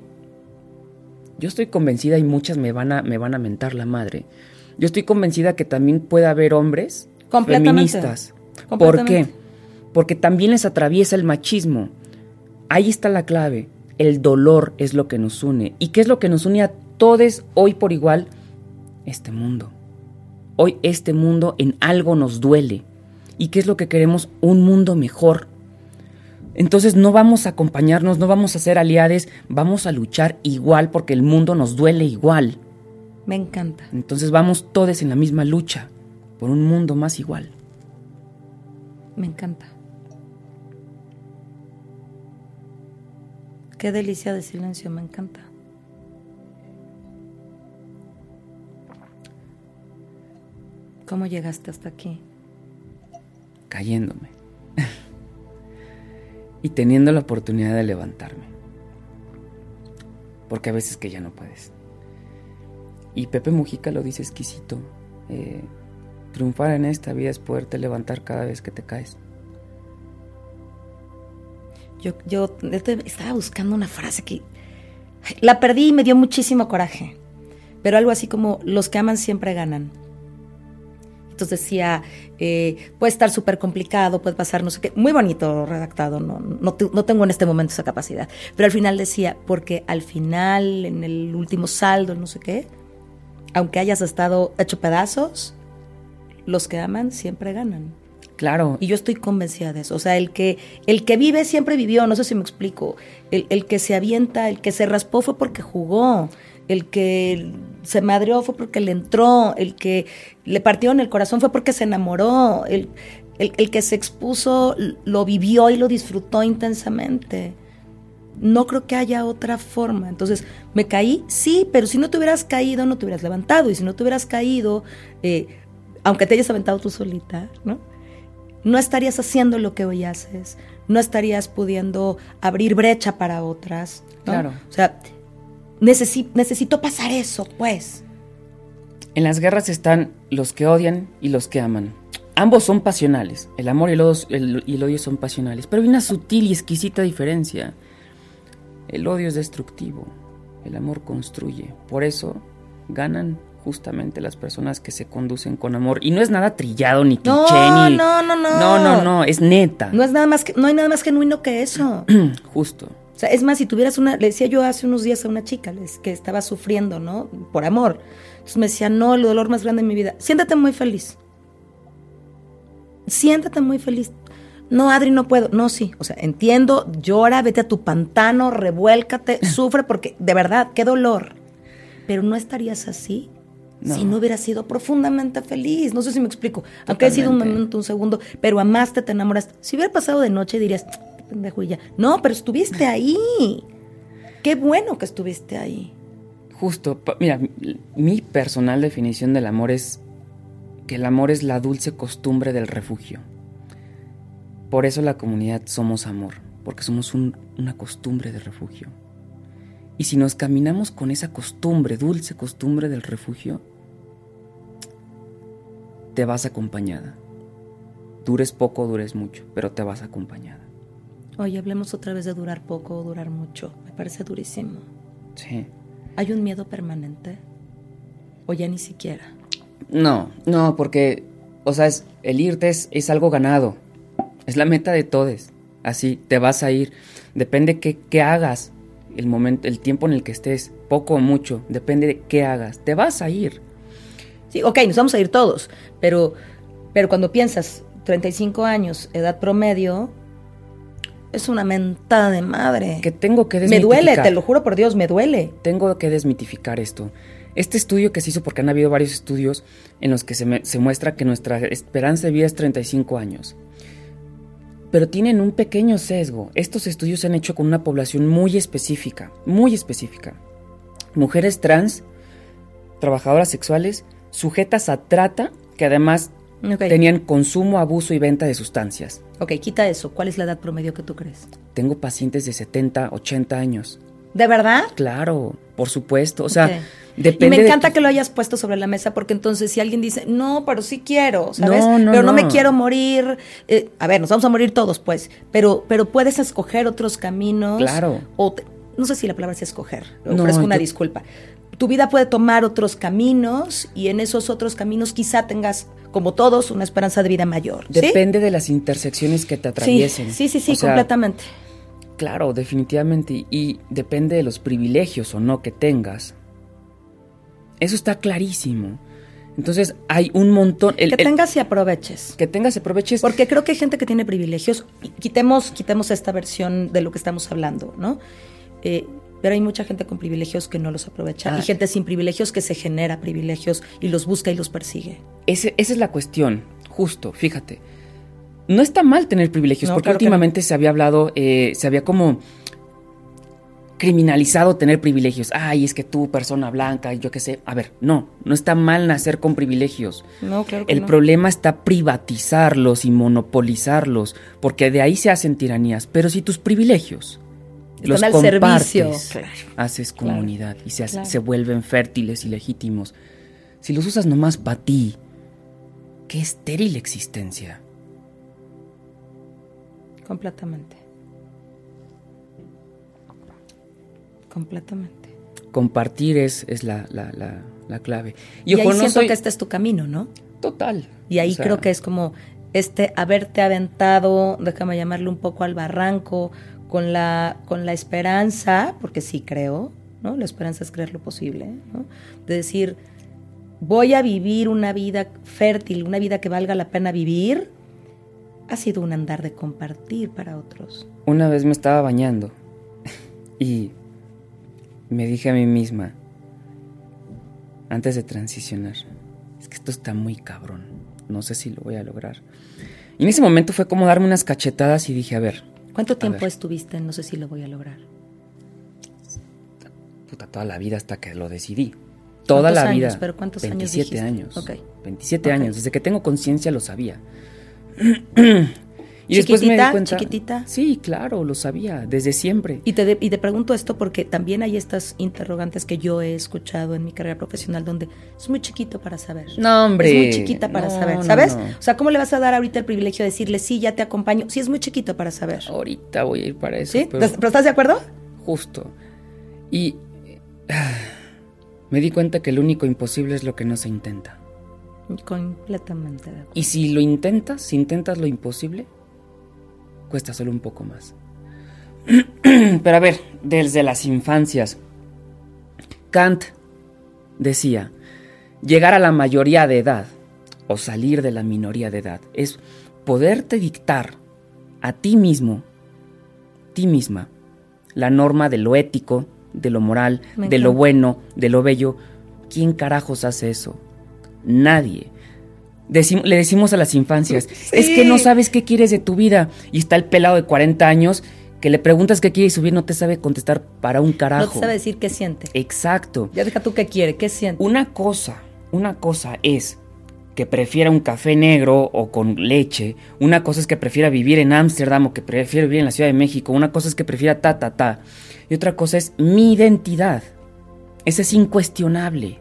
yo estoy convencida, y muchas me van a, me van a mentar la madre, yo estoy convencida que también puede haber hombres Completamente. feministas. ¿Por Completamente. qué? Porque también les atraviesa el machismo. Ahí está la clave. El dolor es lo que nos une. ¿Y qué es lo que nos une a todos hoy por igual? Este mundo. Hoy este mundo en algo nos duele. ¿Y qué es lo que queremos? Un mundo mejor. Entonces no vamos a acompañarnos, no vamos a ser aliados, vamos a luchar igual porque el mundo nos duele igual. Me encanta. Entonces vamos todos en la misma lucha por un mundo más igual. Me encanta. Qué delicia de silencio, me encanta. ¿Cómo llegaste hasta aquí? Cayéndome. Y teniendo la oportunidad de levantarme. Porque a veces que ya no puedes. Y Pepe Mujica lo dice exquisito. Eh, triunfar en esta vida es poderte levantar cada vez que te caes. Yo, yo estaba buscando una frase que la perdí y me dio muchísimo coraje. Pero algo así como, los que aman siempre ganan. Entonces decía, eh, puede estar súper complicado, puede pasar no sé qué. Muy bonito redactado, no, no, no tengo en este momento esa capacidad. Pero al final decía, porque al final, en el último saldo, no sé qué, aunque hayas estado hecho pedazos, los que aman siempre ganan. Claro. Y yo estoy convencida de eso. O sea, el que, el que vive siempre vivió, no sé si me explico. El, el que se avienta, el que se raspó fue porque jugó. El que se madreó fue porque le entró. El que le partió en el corazón fue porque se enamoró. El, el, el que se expuso lo vivió y lo disfrutó intensamente. No creo que haya otra forma. Entonces, ¿me caí? Sí, pero si no te hubieras caído, no te hubieras levantado. Y si no te hubieras caído, eh, aunque te hayas aventado tú solita, ¿no? No estarías haciendo lo que hoy haces. No estarías pudiendo abrir brecha para otras, ¿no? Claro. O sea, necesi- necesito pasar eso, pues. En las guerras están los que odian y los que aman. Ambos son pasionales. El amor y el odio, el, y el odio son pasionales. Pero hay una sutil y exquisita diferencia. El odio es destructivo. El amor construye. Por eso ganan justamente las personas que se conducen con amor. Y no es nada trillado ni cliché No, ni... no, no, no. No, no, no. Es neta. No es nada más que, no hay nada más genuino que eso. Justo. O sea, es más, si tuvieras una... Le decía yo hace unos días a una chica les, que estaba sufriendo, ¿no? Por amor. Entonces me decía, no, el dolor más grande de mi vida. Siéntate muy feliz. Siéntate muy feliz. No, Adri, no puedo. No, sí. O sea, entiendo, llora, vete a tu pantano, revuélcate, sufre, porque de verdad, qué dolor. Pero no estarías así no. si no hubieras sido profundamente feliz. No sé si me explico. Totalmente. Aunque ha sido un momento, un segundo, pero amaste, te enamoraste. Si hubiera pasado de noche dirías, qué pendejo y ya. No, pero estuviste ahí. Qué bueno que estuviste ahí. Justo. Mira, mi personal definición del amor es que el amor es la dulce costumbre del refugio. Por eso la comunidad somos amor, porque somos un, una costumbre de refugio. Y si nos caminamos con esa costumbre, dulce costumbre del refugio, te vas acompañada. Dures poco o dures mucho, pero te vas acompañada. Oye, hablemos otra vez de durar poco o durar mucho. Me parece durísimo. Sí. ¿Hay un miedo permanente? ¿O ya ni siquiera? No, no, porque, o sea, es, el irte es, es algo ganado. Es la meta de todos. Así, te vas a ir. Depende qué, qué hagas, el momento, el tiempo en el que estés, poco o mucho, depende de qué hagas. Te vas a ir. Sí, ok, nos vamos a ir todos, pero, pero cuando piensas treinta y cinco años, edad promedio, es una mentada de madre. Que tengo que desmitificar. Me duele, te lo juro por Dios, me duele. Tengo que desmitificar esto. Este estudio que se hizo, porque han habido varios estudios en los que se, me, se muestra que nuestra esperanza de vida es treinta y cinco años. Pero tienen un pequeño sesgo. Estos estudios se han hecho con una población muy específica, muy específica. Mujeres trans, trabajadoras sexuales, sujetas a trata, que además okay. tenían consumo, abuso y venta de sustancias. Ok, quita eso. ¿Cuál es la edad promedio que tú crees? Tengo pacientes de setenta, ochenta años. ¿De verdad? Claro, por supuesto. O sea, okay. depende. Y me encanta tu... que lo hayas puesto sobre la mesa, porque entonces si alguien dice, no, pero sí quiero, ¿sabes? No, no, pero no, no me quiero morir. Eh, a ver, nos vamos a morir todos, pues. Pero, pero puedes escoger otros caminos. Claro. O te, no sé si la palabra es escoger. No, ofrezco una yo... disculpa. Tu vida puede tomar otros caminos y en esos otros caminos quizá tengas, como todos, una esperanza de vida mayor. ¿sí? Depende de las intersecciones que te atraviesen. Sí, sí, sí, sí, o sea, completamente. Claro, definitivamente. Y depende de los privilegios o no que tengas. Eso está clarísimo. Entonces hay un montón... El, que tengas y aproveches. Que tengas y aproveches. Porque creo que hay gente que tiene privilegios. Quitemos, quitemos esta versión de lo que estamos hablando, ¿no? Eh, pero hay mucha gente con privilegios que no los aprovecha. Ah. Y gente sin privilegios que se genera privilegios y los busca y los persigue. Ese, esa es la cuestión, justo, fíjate. No está mal tener privilegios, no, porque claro últimamente no. se había hablado, eh, se había como criminalizado tener privilegios. Ay, es que tú, persona blanca, yo qué sé. A ver, no, no está mal nacer con privilegios. No, claro que El no. problema está privatizarlos y monopolizarlos, porque de ahí se hacen tiranías. Pero si tus privilegios están los al compartes, servicio. Claro, haces comunidad claro, y se, claro. se vuelven fértiles y legítimos. Si los usas nomás para ti, qué estéril existencia. Completamente. Completamente. Compartir es, es la, la, la, la clave. Y, y ahí no siento soy... que este es tu camino, ¿no? Total. Y ahí o sea... creo que es como este haberte aventado, déjame llamarlo un poco al barranco, con la, con la esperanza, porque sí creo, ¿no? La esperanza es creer lo posible, ¿no? De decir, voy a vivir una vida fértil, una vida que valga la pena vivir. Ha sido un andar de compartir para otros. Una vez me estaba bañando y me dije a mí misma, antes de transicionar, es que esto está muy cabrón, no sé si lo voy a lograr. Y en ese momento fue como darme unas cachetadas y dije, a ver. ¿Cuánto tiempo ver. estuviste en no sé si lo voy a lograr? puta, toda la vida hasta que lo decidí. Toda la años? vida. ¿Pero cuántos veintisiete años? años. Okay. veintisiete Okay. años. Desde que tengo conciencia lo sabía. Y ¿Chiquitita? después me di cuenta. ¿Chiquitita? Sí, claro, lo sabía, desde siempre. Y te, de, y te pregunto esto porque también hay estas interrogantes que yo he escuchado en mi carrera profesional donde es muy chiquito para saber. No, hombre. Es muy chiquita para no, saber, no, ¿sabes? no. O sea, ¿cómo le vas a dar ahorita el privilegio de decirle, sí, ya te acompaño? Sí, es muy chiquito para saber. Ahorita voy a ir para eso. ¿Sí? Pero, ¿Pero estás de acuerdo? Justo. Y ah, me di cuenta que lo único imposible es lo que no se intenta. Completamente de acuerdo. Y si lo intentas, si intentas lo imposible, cuesta solo un poco más. Pero a ver, desde las infancias, Kant decía, llegar a la mayoría de edad o salir de la minoría de edad es poderte dictar a ti mismo, ti misma, la norma de lo ético, de lo moral, Me de lo encanta. bueno, de lo bello. ¿Quién carajos hace eso? Nadie. Decim- le decimos a las infancias, Sí. es que no sabes qué quieres de tu vida. Y está el pelado de cuarenta años que le preguntas qué quiere y subir, no te sabe contestar para un carajo. No te sabe decir qué siente. Exacto. Ya deja tú qué quiere, qué siente. Una cosa, una cosa es que prefiera un café negro o con leche. Una cosa es que prefiera vivir en Ámsterdam o que prefiera vivir en la Ciudad de México. Una cosa es que prefiera ta, ta, ta. Y otra cosa es mi identidad. Esa es incuestionable.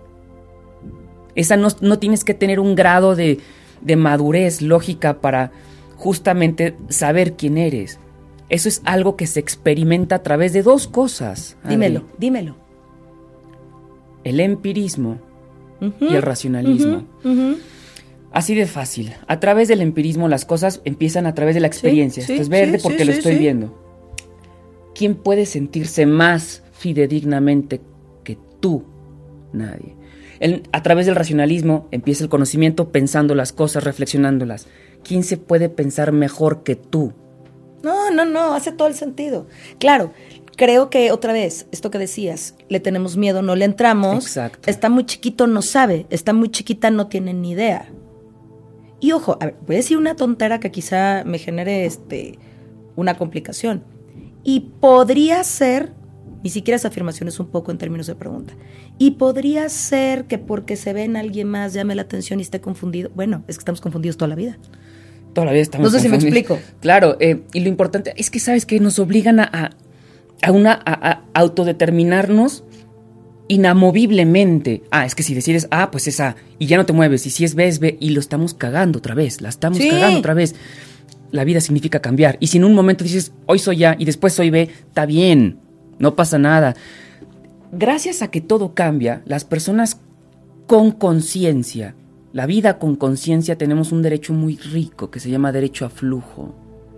Esa no, no tienes que tener un grado de, de madurez lógica para justamente saber quién eres. Eso es algo que se experimenta a través de dos cosas. Adri. Dímelo, dímelo. El empirismo Uh-huh, y el racionalismo. uh-huh, uh-huh. Así de fácil. A través del empirismo las cosas empiezan a través de la experiencia. Sí, Esto sí, es verde sí, porque sí, lo sí, estoy sí. viendo. ¿Quién puede sentirse más fidedignamente que tú? Nadie. El- a través del racionalismo empieza el conocimiento pensando las cosas, reflexionándolas. ¿Quién se puede pensar mejor que tú? No, no, no, hace todo el sentido. Claro, creo que otra vez, esto que decías, le tenemos miedo, no le entramos. Exacto. Está muy chiquito, no sabe. Está muy chiquita, no tiene ni idea. Y ojo, a ver, voy a decir una tontera que quizá me genere este, una complicación. Y podría ser, ni siquiera esa afirmación es un poco en términos de pregunta, y podría ser que porque se ve en alguien más llame la atención y esté confundido. Bueno, es que estamos confundidos toda la vida. Toda la vida estamos No sé si me confundidos. explico. Claro, eh, y lo importante es que, ¿sabes qué? Nos obligan a, a, a una a, a autodeterminarnos inamoviblemente. Ah, es que si decides A, pues es A, y ya no te mueves, y si es B, es B, y lo estamos cagando otra vez, la estamos Sí. cagando otra vez. La vida significa cambiar, y si en un momento dices, hoy soy A, y después soy B, está bien, no pasa nada. Gracias a que todo cambia, las personas con conciencia, la vida con conciencia, tenemos un derecho muy rico que se llama derecho a flujo.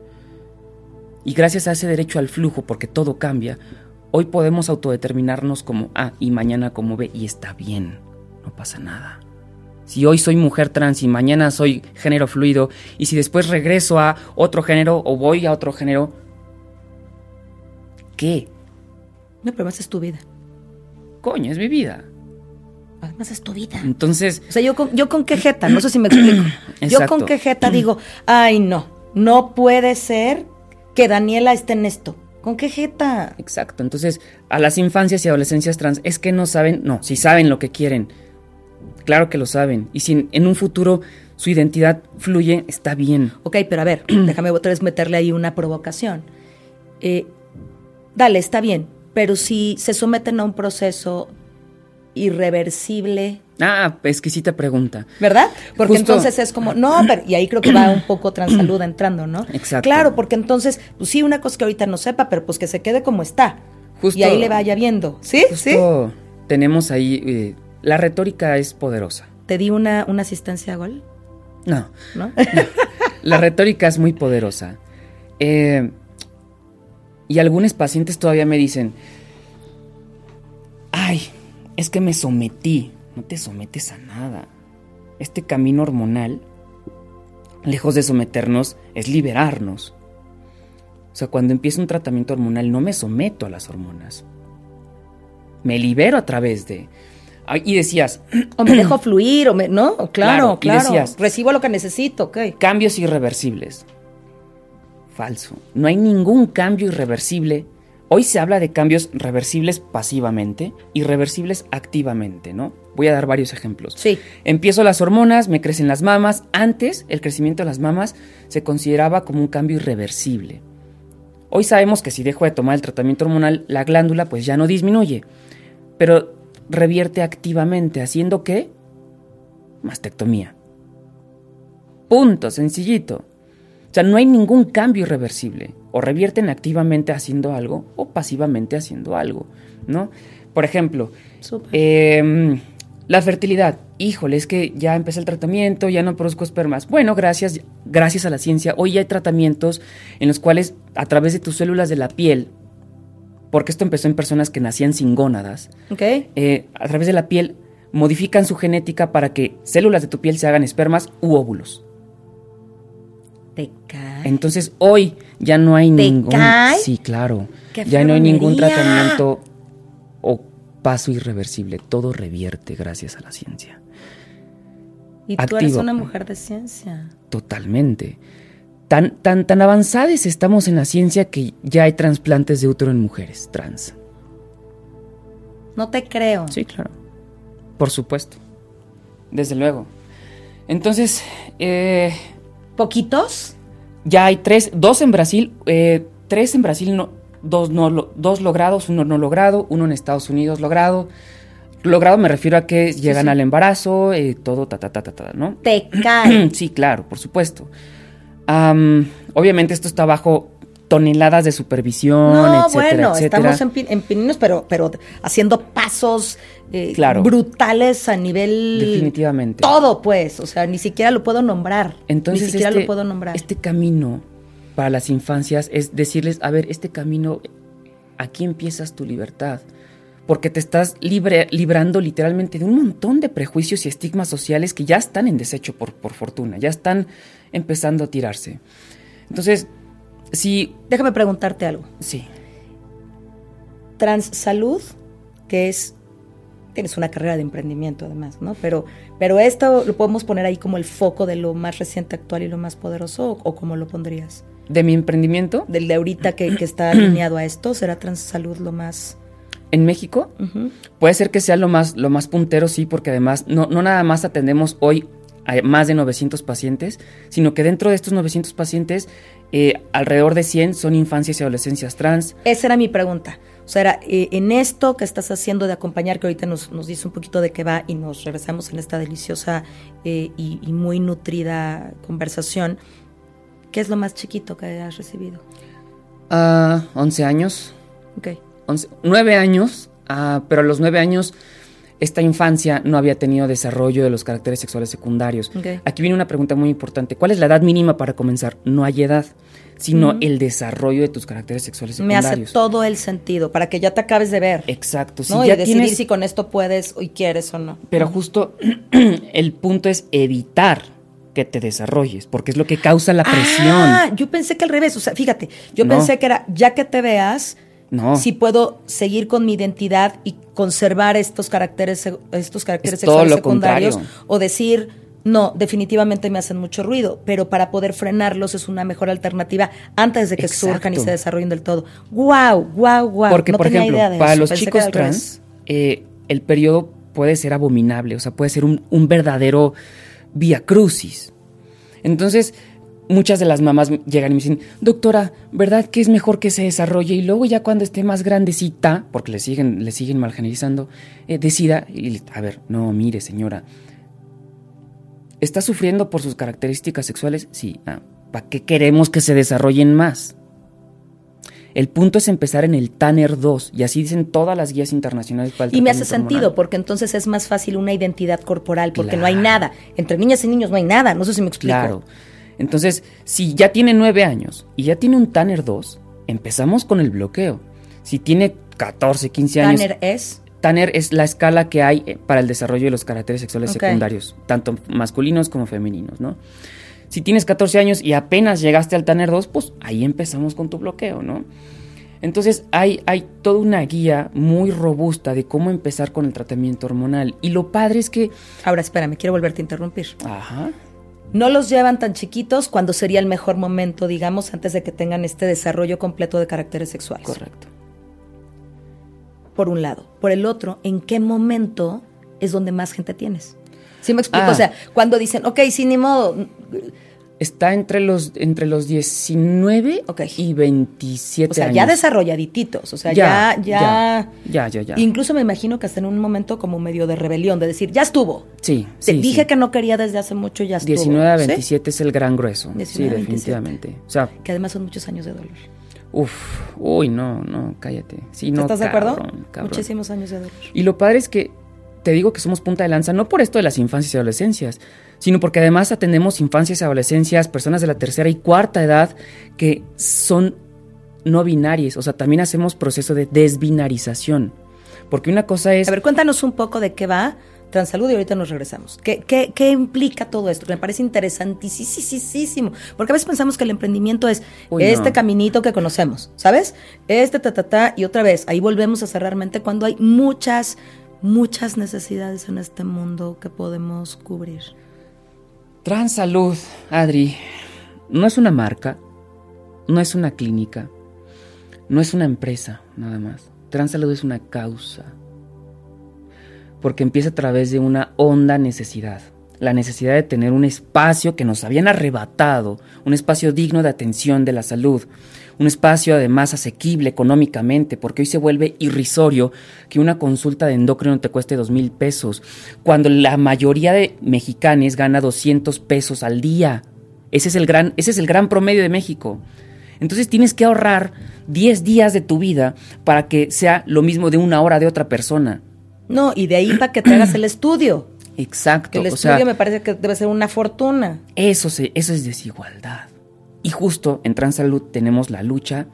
Y gracias a ese derecho al flujo, porque todo cambia, hoy podemos autodeterminarnos como A y mañana como B, y está bien, no pasa nada. Si hoy soy mujer trans y mañana soy género fluido, y si después regreso a otro género o voy a otro género, ¿qué? No, pero más es tu vida. Coño, es mi vida. Además es tu vida. Entonces, O sea, yo con, yo con qué jeta, no sé si me explico. Yo Exacto. con qué jeta digo, ay no, no puede ser que Daniela esté en esto. ¿Con qué jeta? exacto. Entonces, a las infancias y adolescencias trans, es que no saben, no, si saben lo que quieren. Claro que lo saben. Y si en, en un futuro su identidad fluye, está bien. Ok, pero a ver, déjame otra vez meterle ahí una provocación. Eh, dale, está bien, pero si se someten a un proceso irreversible, Ah, exquisita pregunta. ¿verdad? Porque Justo. entonces es como, no, pero, y ahí creo que va un poco Transalud entrando, ¿no? Exacto. Claro, porque entonces, pues sí, una cosa que ahorita no sepa, pero pues que se quede como está. Justo. Y ahí le vaya viendo. ¿Sí? ¿Sí? Justo tenemos ahí, eh, la retórica es poderosa. ¿Te di una, una asistencia a gol? No, ¿No? la retórica es muy poderosa. Eh, y algunos pacientes todavía me dicen, ay, es que me sometí. No te sometes a nada. Este camino hormonal, lejos de someternos, es liberarnos. O sea, cuando empiezo un tratamiento hormonal no me someto a las hormonas. Me libero a través de... Ay, y decías, O me dejo fluir, o me, ¿no? Claro, Claro, y claro. decías- Recibo lo que necesito, ok. cambios irreversibles. Falso. No hay ningún cambio irreversible Hoy se habla de cambios reversibles pasivamente y reversibles activamente, ¿no? Voy a dar varios ejemplos. Sí. Empiezo las hormonas, me crecen las mamas. Antes, el crecimiento de las mamas se consideraba como un cambio irreversible. Hoy sabemos que si dejo de tomar el tratamiento hormonal, la glándula pues ya no disminuye, pero revierte activamente, ¿haciendo qué? Mastectomía. Punto, sencillito. O sea, no hay ningún cambio irreversible. O revierten activamente haciendo algo o pasivamente haciendo algo, ¿no? Por ejemplo, eh, la fertilidad. Híjole, es que ya empecé el tratamiento, ya no produzco espermas. Bueno, gracias, gracias a la ciencia, hoy ya hay tratamientos en los cuales a través de tus células de la piel, porque esto empezó en personas que nacían sin gónadas, okay. eh, a través de la piel modifican su genética para que células de tu piel se hagan espermas u óvulos. ¿Te cae? Entonces hoy ya no hay ¿Te ningún... cae? Sí, claro. ¡Qué Ya no hay ningún fregonería! tratamiento o paso irreversible. Todo revierte gracias a la ciencia. Y tú Activo. eres una mujer de ciencia. Totalmente. Tan, tan, tan avanzados estamos en la ciencia que ya hay trasplantes de útero en mujeres trans. No te creo. Sí, claro. Por supuesto. Desde luego. Entonces, eh... ¿Poquitos? ya hay tres, dos en Brasil, eh, tres en Brasil, no, dos, no, lo- dos logrados, uno no logrado, uno en Estados Unidos logrado. Logrado me refiero a que llegan sí. al embarazo, eh, todo, ta, ta, ta, ta, ta, ¿no? Te cae. Sí, claro, por supuesto. Am, obviamente esto está bajo toneladas de supervisión, No, etcétera, bueno, etcétera. estamos en, pin- en pininos, pero, pero haciendo pasos eh, Claro. brutales a nivel... Definitivamente. Todo, pues. O sea, ni siquiera lo puedo nombrar. Entonces, ni siquiera este, lo puedo nombrar. este camino para las infancias es decirles, a ver, este camino, aquí empiezas tu libertad. Porque te estás libre, librando literalmente de un montón de prejuicios y estigmas sociales que ya están en desecho por, por fortuna, ya están empezando a tirarse. Entonces, sí, Déjame preguntarte algo. sí, Transsalud, que es... Tienes una carrera de emprendimiento además, ¿no? Pero, pero esto lo podemos poner ahí como el foco de lo más reciente, actual y lo más poderoso, ¿o, o cómo lo pondrías? de mi emprendimiento Del de ahorita que, que está alineado a esto, ¿será Transsalud lo más...? en México, Ujú. puede ser que sea lo más, lo más puntero, sí, porque además no, no nada más atendemos hoy a más de novecientos pacientes, sino que dentro de estos novecientos pacientes, eh, alrededor de cien son infancias y adolescencias trans. Esa era mi pregunta. O sea, era, eh, en esto que estás haciendo de acompañar, que ahorita nos, nos dice un poquito de qué va y nos regresamos en esta deliciosa eh, y, y muy nutrida conversación, ¿qué es lo más chiquito que has recibido? Ah, once años. Ok. once, nueve años, ah, pero a los nueve años esta infancia no había tenido desarrollo de los caracteres sexuales secundarios. Ok. Aquí viene una pregunta muy importante. ¿Cuál es la edad mínima para comenzar? No hay edad, sino Ujú. el desarrollo de tus caracteres sexuales Me secundarios. hace todo el sentido, para que ya te acabes de ver. Exacto. Si ¿no? ya y decidir tienes, si con esto puedes y quieres o no. pero justo el punto es evitar que te desarrolles, porque es lo que causa la presión. Ah, yo pensé que al revés. O sea, fíjate, yo No. pensé que era, ya que te veas, No. si puedo seguir con mi identidad y conservar estos caracteres, estos caracteres Es todo sexuales lo secundarios, contrario. o decir, no, definitivamente me hacen mucho ruido, pero para poder frenarlos es una mejor alternativa antes de que Exacto. surjan y se desarrollen del todo. Guau, guau, guau. Porque, no por tenía ejemplo, idea de para eso. los Pensé que chicos era al trans, eh, el periodo puede ser abominable, o sea, puede ser un, un verdadero viacrucis. Entonces, muchas de las mamás llegan y me dicen, doctora, ¿verdad que es mejor que se desarrolle? Y luego ya cuando esté más grandecita, porque le siguen, le siguen malgenerizando, eh, decida, y, le- a ver, no, mire señora, ¿está sufriendo por sus características sexuales? Sí, ah, ¿para qué queremos que se desarrollen más? El punto es empezar en el Tanner dos, y así dicen todas las guías internacionales para el Y me hace tratamiento sentido, hormonal. porque entonces es más fácil una identidad corporal, porque no hay Claro. nada. Entre niñas y niños no hay nada, no sé si me explico. Claro. Entonces, si ya tiene nueve años y ya tiene un Tanner dos, empezamos con el bloqueo. Si tiene catorce, quince años... Tanner es... Tanner es la escala que hay eh, para el desarrollo de los caracteres sexuales Ok. secundarios, tanto masculinos como femeninos, ¿no? Si tienes catorce años y apenas llegaste al Tanner dos, pues ahí empezamos con tu bloqueo, ¿no? Entonces hay, hay toda una guía muy robusta de cómo empezar con el tratamiento hormonal. Y lo padre es que... Ahora, espérame, quiero volverte a interrumpir. Ajá. No los llevan tan chiquitos cuando sería el mejor momento, digamos, antes de que tengan este desarrollo completo de caracteres sexuales. Correcto. por un lado. Por el otro, ¿en qué momento es donde más gente tienes? ¿Sí me explico? Ah. O sea, cuando dicen, ok, sí, ni modo. Está entre los, entre los diecinueve Ok. y veintisiete O sea, años. ya desarrolladitos. O sea, ya, ya, ya, ya, ya, ya. Incluso me imagino que hasta en un momento como medio de rebelión, de decir, ya estuvo. Sí, Te sí, dije sí. que no quería desde hace mucho, ya estuvo. diecinueve a ¿Sí? veintisiete es el gran grueso. diecinueve Sí, a veintisiete. definitivamente. O sea, Que además son muchos años de dolor. uff, uy, no, no, cállate. Sí, no, ¿Estás de cabrón, acuerdo? cabrón. Muchísimos años de dolor. Y lo padre es que te digo que somos punta de lanza, no por esto de las infancias y adolescencias, sino porque además atendemos infancias y adolescencias, personas de la tercera y cuarta edad que son no binarias. O sea, también hacemos proceso de desbinarización. Porque una cosa es... A ver, cuéntanos un poco de qué va Transalud y ahorita nos regresamos. ¿Qué, qué, qué implica todo esto? Que me parece interesantísimo. Porque a veces pensamos que el emprendimiento es Uy, este no. caminito que conocemos, ¿sabes? Este ta, ta, ta, y otra vez, ahí volvemos a cerrar mente cuando hay muchas, muchas necesidades en este mundo que podemos cubrir. Transalud, Adri, no es una marca, no es una clínica, no es una empresa, nada más. Transalud es una causa. Porque empieza a través de una honda necesidad. La necesidad de tener un espacio que nos habían arrebatado, un espacio digno de atención de la salud, un espacio además asequible económicamente, porque hoy se vuelve irrisorio que una consulta de endocrino te cueste dos mil pesos, cuando la mayoría de mexicanos gana doscientos pesos al día. Ese es el gran, ese es el gran promedio de México. Entonces tienes que ahorrar diez días de tu vida para que sea lo mismo de una hora de otra persona. No, y de ahí para que te hagas el estudio. Exacto. Que el o estudio sea, me parece que debe ser una fortuna. Eso, se, eso es desigualdad. Y justo en Transalud tenemos la lucha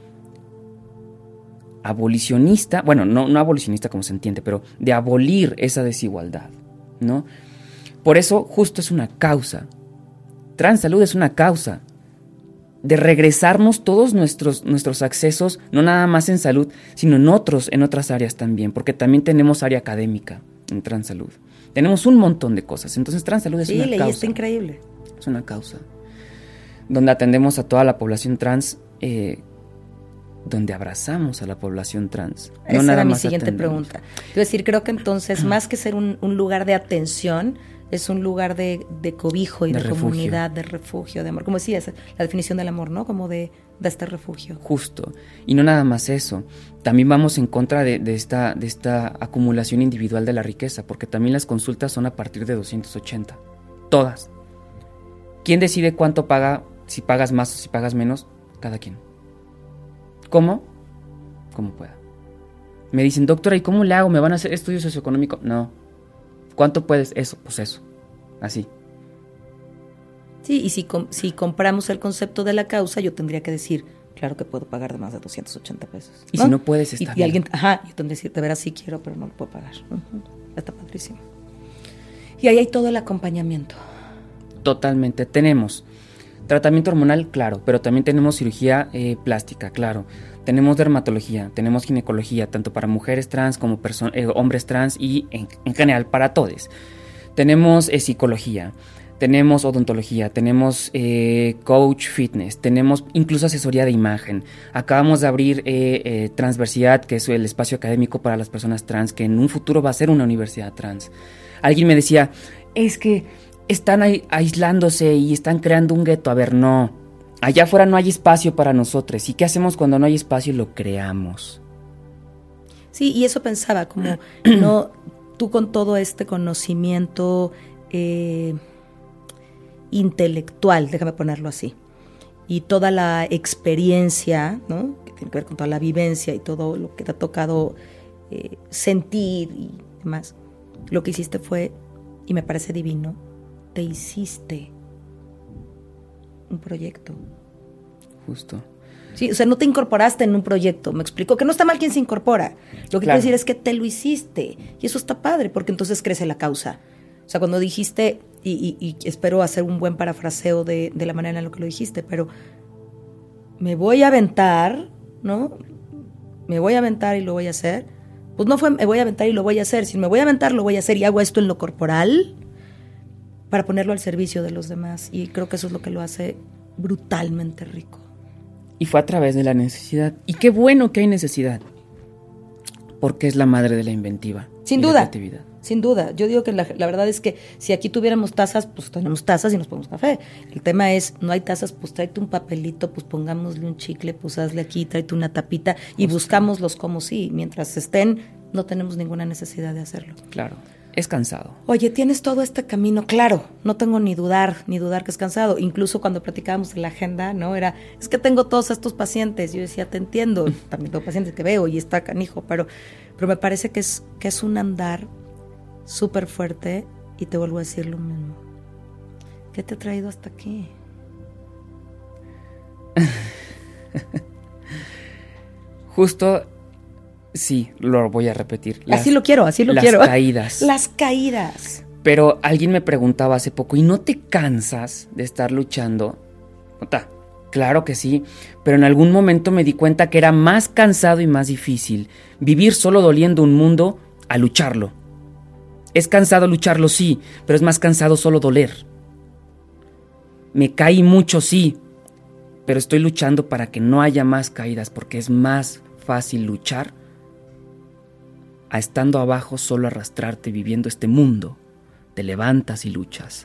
abolicionista, bueno, no, no abolicionista como se entiende, pero de abolir esa desigualdad, ¿no? Por eso justo es una causa. Transalud es una causa de regresarnos todos nuestros, nuestros accesos, no nada más en salud, sino en otros, en otras áreas también, porque también tenemos área académica en Transalud. Tenemos un montón de cosas. Entonces Transalud es Sí, una leí, causa. está increíble. Es una causa donde atendemos a toda la población trans, eh, donde abrazamos a la población trans. Esa no nada era mi más siguiente atendemos. pregunta. Es decir, creo que entonces, más que ser un, un lugar de atención, es un lugar de, de cobijo y De de, refugio. comunidad, de refugio, de amor. Como decías, la definición del amor, ¿no? Como de, de este refugio. Justo. Y no nada más eso. También vamos en contra de, de, esta, de esta acumulación individual de la riqueza, porque también las consultas son a partir de doscientos ochenta. Todas. ¿Quién decide cuánto paga, si pagas más o si pagas menos? Cada quien. ¿Cómo? Como pueda. Me dicen, doctora, ¿y cómo le hago? ¿Me van a hacer estudio socioeconómico? No. ¿Cuánto puedes? Eso, pues eso. Así. Sí, y si, com- si compramos el concepto de la causa, yo tendría que decir, claro que puedo pagar de más de doscientos ochenta pesos. Y si no puedes, y, está y bien. alguien, ajá, yo tendría que decir, de veras sí quiero, pero no lo puedo pagar. Ujú, está padrísimo. Y ahí hay todo el acompañamiento. Totalmente. Tenemos tratamiento hormonal, claro, pero también tenemos cirugía eh, plástica, claro. Tenemos dermatología, tenemos ginecología, tanto para mujeres trans como perso- eh, hombres trans y en, en general para todos. Tenemos eh, psicología, tenemos odontología, tenemos eh, coach fitness, tenemos incluso asesoría de imagen. Acabamos de abrir eh, eh, Transversidad, que es el espacio académico para las personas trans, que en un futuro va a ser una universidad trans. Alguien me decía, es que están ahí aislándose y están creando un gueto. A ver, no. Allá afuera no hay espacio para nosotros. ¿Y qué hacemos cuando no hay espacio? Lo creamos. Sí, y eso pensaba, como no, tú con todo este conocimiento eh, intelectual, déjame ponerlo así, y toda la experiencia, ¿no? Que tiene que ver con toda la vivencia y todo lo que te ha tocado eh, sentir y demás, lo que hiciste fue, y me parece divino, te hiciste un proyecto. Justo. Sí, o sea, no te incorporaste en un proyecto, me explico, que no está mal quien se incorpora. Lo que Claro. quiero decir es que te lo hiciste, y eso está padre, porque entonces crece la causa. O sea, cuando dijiste, y, y, y espero hacer un buen parafraseo de, de la manera en la que lo dijiste, pero me voy a aventar, ¿no? Me voy a aventar y lo voy a hacer. Pues no fue me voy a aventar y lo voy a hacer, si me voy a aventar, lo voy a hacer y hago esto en lo corporal para ponerlo al servicio de los demás. Y creo que eso es lo que lo hace brutalmente rico. Y fue a través de la necesidad. Y qué bueno que hay necesidad. porque es la madre de la inventiva. Sin duda, sin duda. Yo digo que la, la verdad es que si aquí tuviéramos tazas, pues tenemos tazas y nos ponemos café. El tema es, no hay tazas, pues tráete un papelito, pues pongámosle un chicle, pues hazle aquí, tráete una tapita y pues buscámoslos como sí. Mientras estén, no tenemos ninguna necesidad de hacerlo. Claro, es cansado. Oye, tienes todo este camino, claro, no tengo ni dudar, ni dudar que es cansado. Incluso cuando platicábamos de la agenda, ¿no? Era, es que tengo todos estos pacientes. Yo decía, te entiendo, también tengo pacientes que veo y está canijo, pero, pero me parece que es, que es un andar súper fuerte y te vuelvo a decir lo mismo. ¿Qué te ha traído hasta aquí? Justo... Sí, lo voy a repetir. Las, así lo quiero, así lo las quiero. Las caídas. Las caídas. Pero alguien me preguntaba hace poco, ¿y no te cansas de estar luchando? Ota, claro que sí, pero en algún momento me di cuenta que era más cansado y más difícil vivir solo doliendo un mundo a lucharlo. Es cansado lucharlo, sí, pero es más cansado solo doler. Me caí mucho, sí, pero estoy luchando para que no haya más caídas, porque es más fácil luchar a estando abajo solo arrastrarte viviendo este mundo. Te levantas y luchas.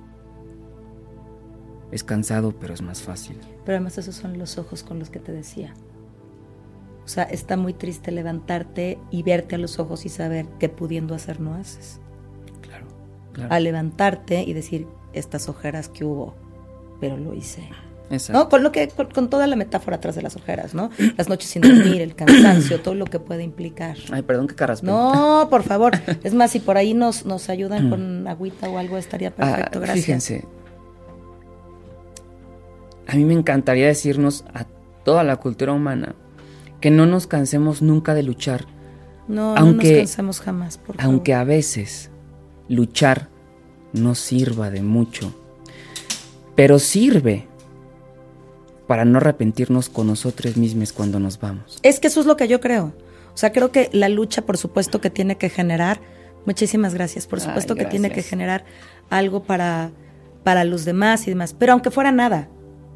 Es cansado, pero es más fácil. Pero además esos son los ojos con los que te decía. O sea, está muy triste levantarte y verte a los ojos y saber que pudiendo hacer no haces. Claro, claro. A levantarte y decir, estas ojeras que hubo, pero lo hice. Exacto. ¿No? Con lo que, con, con toda la metáfora atrás de las ojeras, ¿no? Las noches sin dormir, el cansancio, todo lo que puede implicar. Ay, perdón que carraspeo. No, por favor. Es más, si por ahí nos, nos ayudan con agüita o algo, estaría perfecto. Ah, gracias. Fíjense, a mí me encantaría decirnos a toda la cultura humana que no nos cansemos nunca de luchar. No, aunque, no nos cansemos jamás, por favor. Aunque a veces luchar no sirva de mucho, pero sirve para no arrepentirnos con nosotros mismos cuando nos vamos. Es que eso es lo que yo creo. O sea, creo que la lucha, por supuesto, que tiene que generar, muchísimas gracias, por supuesto Ay, que tiene que generar algo para, para los demás y demás. Pero aunque fuera nada,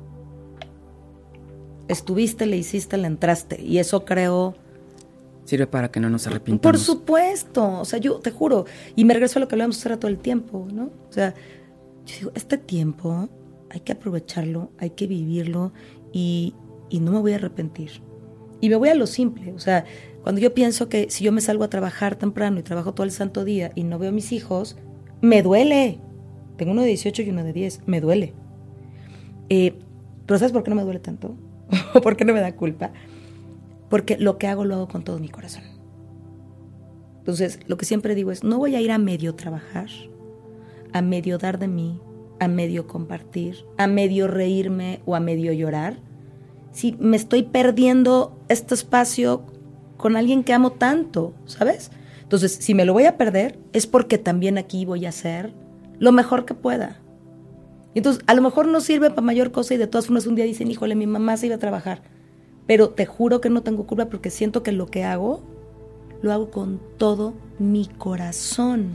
estuviste, le hiciste, le entraste. Y eso creo... Sirve para que no nos arrepintamos. Por supuesto. O sea, yo te juro. Y me regreso a lo que hablamos hace todo el tiempo, ¿no? O sea, yo digo, este tiempo... hay que aprovecharlo, hay que vivirlo y, y no me voy a arrepentir. Y me voy a lo simple, o sea, cuando yo pienso que si yo me salgo a trabajar temprano y trabajo todo el santo día y no veo a mis hijos, me duele. Tengo uno de dieciocho y uno de diez, me duele. Eh, pero ¿sabes por qué no me duele tanto? ¿O por qué no me da culpa? Porque lo que hago lo hago con todo mi corazón. Entonces, lo que siempre digo es, no voy a ir a medio trabajar, a medio dar de mí, a medio compartir, a medio reírme o a medio llorar, si me estoy perdiendo este espacio con alguien que amo tanto, ¿sabes? Entonces, si me lo voy a perder, es porque también aquí voy a hacer lo mejor que pueda. Y entonces, a lo mejor no sirve para mayor cosa y de todas formas un día dicen, híjole, mi mamá se iba a trabajar. Pero te juro que no tengo culpa porque siento que lo que hago, lo hago con todo mi corazón.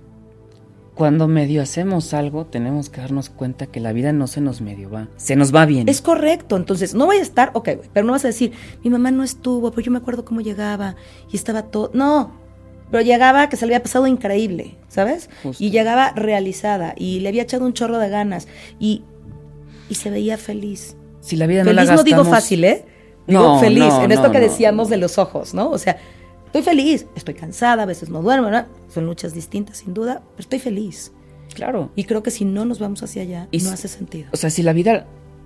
Cuando medio hacemos algo, tenemos que darnos cuenta que la vida no se nos medio va, se nos va bien. Es correcto, entonces no voy a estar, ok, pero no vas a decir, mi mamá no estuvo, pero yo me acuerdo cómo llegaba y estaba todo, no, pero llegaba que se le había pasado increíble, ¿sabes? Justo. Y llegaba realizada y le había echado un chorro de ganas y, y se veía feliz. Si la vida no feliz la gastamos... no digo fácil, ¿eh? Digo no, feliz, no, en esto no, que no, decíamos no. de los ojos, ¿no? O sea, estoy feliz, estoy cansada, a veces no duermo, ¿no? Son luchas distintas, sin duda, pero estoy feliz. Claro. Y creo que si no nos vamos hacia allá, y no si, hace sentido. O sea, si la vida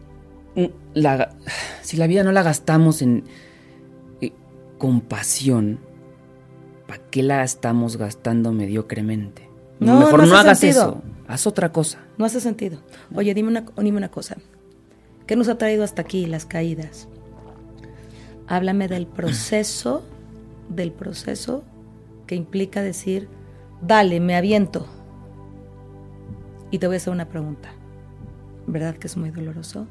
la, si la vida no la gastamos en eh, compasión, ¿para qué la estamos gastando mediocremente? No, Mejor no, no hagas sentido. eso, haz otra cosa. No hace sentido. Oye, dime una, dime una cosa. ¿Qué nos ha traído hasta aquí las caídas? Háblame del proceso, del proceso que implica decir, dale, me aviento. Y te voy a hacer una pregunta. ¿Verdad que es muy doloroso?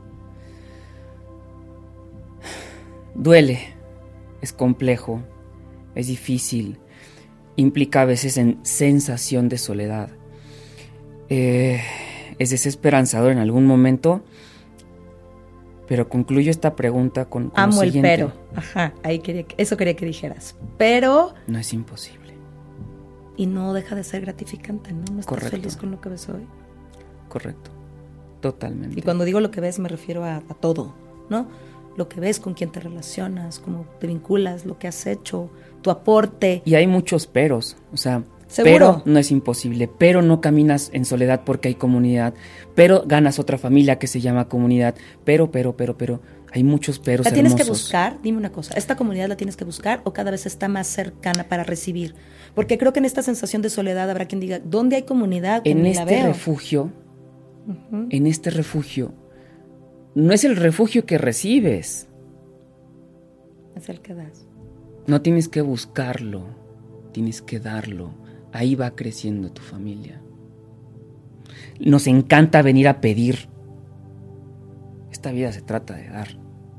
Duele, es complejo, es difícil, implica a veces en sensación de soledad. Eh, es desesperanzador en algún momento, Pero concluyo esta pregunta con, con Amo lo el siguiente. pero. Ajá, ahí quería que, eso quería que dijeras. Pero... No es imposible. Y no deja de ser gratificante, ¿no? No estás Correcto. feliz con lo que ves hoy. Correcto. Totalmente. Y cuando digo lo que ves me refiero a, a todo, ¿no? Lo que ves, con quién te relacionas, cómo te vinculas, lo que has hecho, tu aporte. Y hay muchos peros, o sea, ¿Seguro? pero no es imposible, pero no caminas en soledad porque hay comunidad, pero ganas otra familia que se llama comunidad, pero, pero, pero, pero, hay muchos peros ¿La tienes hermosos. que buscar? Dime una cosa, ¿esta comunidad la tienes que buscar o cada vez está más cercana para recibir? Porque creo que en esta sensación de soledad habrá quien diga, ¿dónde hay comunidad? Que En ni la este veo. refugio, Ujú. en este refugio, no es el refugio que recibes, Es el que das. no tienes que buscarlo, tienes que darlo, ahí va creciendo tu familia. Nos encanta venir a pedir, esta vida se trata de dar.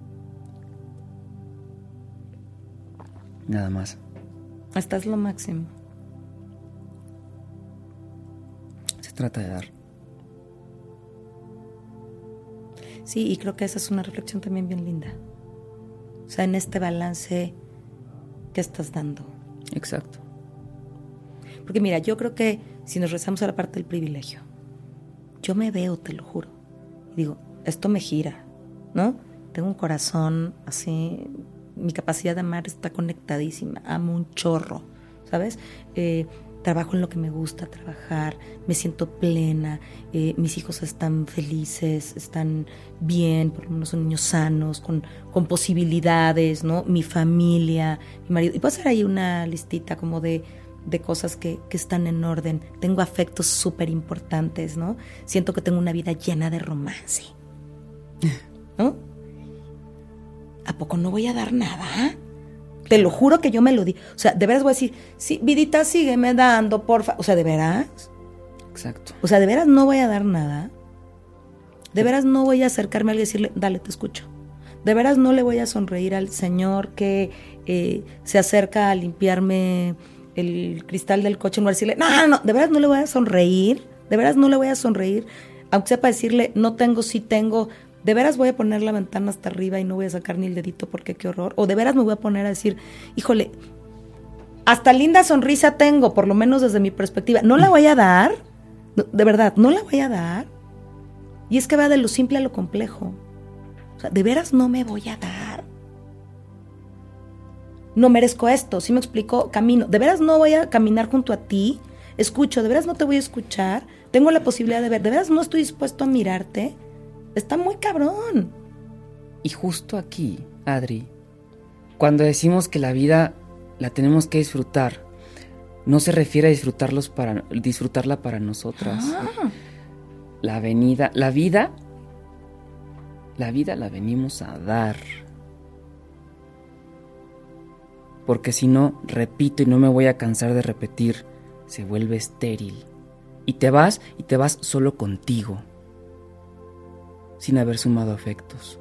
Nada más. Esta es lo máximo. Se trata de dar. Sí, y creo que esa es una reflexión también bien linda. O sea, en este balance que estás dando. Exacto. Porque mira, yo creo que si nos rezamos a la parte del privilegio, yo me veo, te lo juro, y digo, esto me gira, ¿no? Tengo un corazón así, mi capacidad de amar está conectadísima, amo un chorro, ¿sabes? Eh, trabajo en lo que me gusta trabajar, me siento plena, eh, mis hijos están felices, están bien, por lo menos son niños sanos, con, con posibilidades, ¿no? Mi familia, mi marido, y puedo hacer ahí una listita como de de cosas que, que están en orden. Tengo afectos súper importantes, ¿no? Siento que tengo una vida llena de romance, ¿no? ¿A poco no voy a dar nada? Te lo juro que yo me lo di. O sea, de veras voy a decir, sí, vidita, sígueme dando, porfa. O sea, ¿de veras? Exacto. O sea, ¿de veras no voy a dar nada? ¿De veras no voy a acercarme a alguien y decirle, dale, te escucho? ¿De veras no le voy a sonreír al señor que eh, se acerca a limpiarme el cristal del coche en lugar de decirle, no, no, no, de veras no le voy a sonreír, de veras no le voy a sonreír, aunque sea para decirle, no tengo, sí tengo, de veras voy a poner la ventana hasta arriba y no voy a sacar ni el dedito porque qué horror, o de veras me voy a poner a decir, híjole, hasta linda sonrisa tengo, por lo menos desde mi perspectiva, ¿no la voy a dar? De verdad, ¿no la voy a dar? Y es que va de lo simple a lo complejo, o sea, de veras no me voy a dar. No merezco esto, ¿sí me explico? Camino, de veras no voy a caminar junto a ti, escucho, de veras no te voy a escuchar, tengo la posibilidad de ver, de veras no estoy dispuesto a mirarte, está muy cabrón. Y justo aquí, Adri, cuando decimos que la vida la tenemos que disfrutar, no se refiere a disfrutarlos para, disfrutarla para nosotras. Ah. La venida, la vida, la vida la venimos a dar. Porque si no, repito y no me voy a cansar de repetir, se vuelve estéril. Y te vas, y te vas solo contigo, sin haber sumado afectos.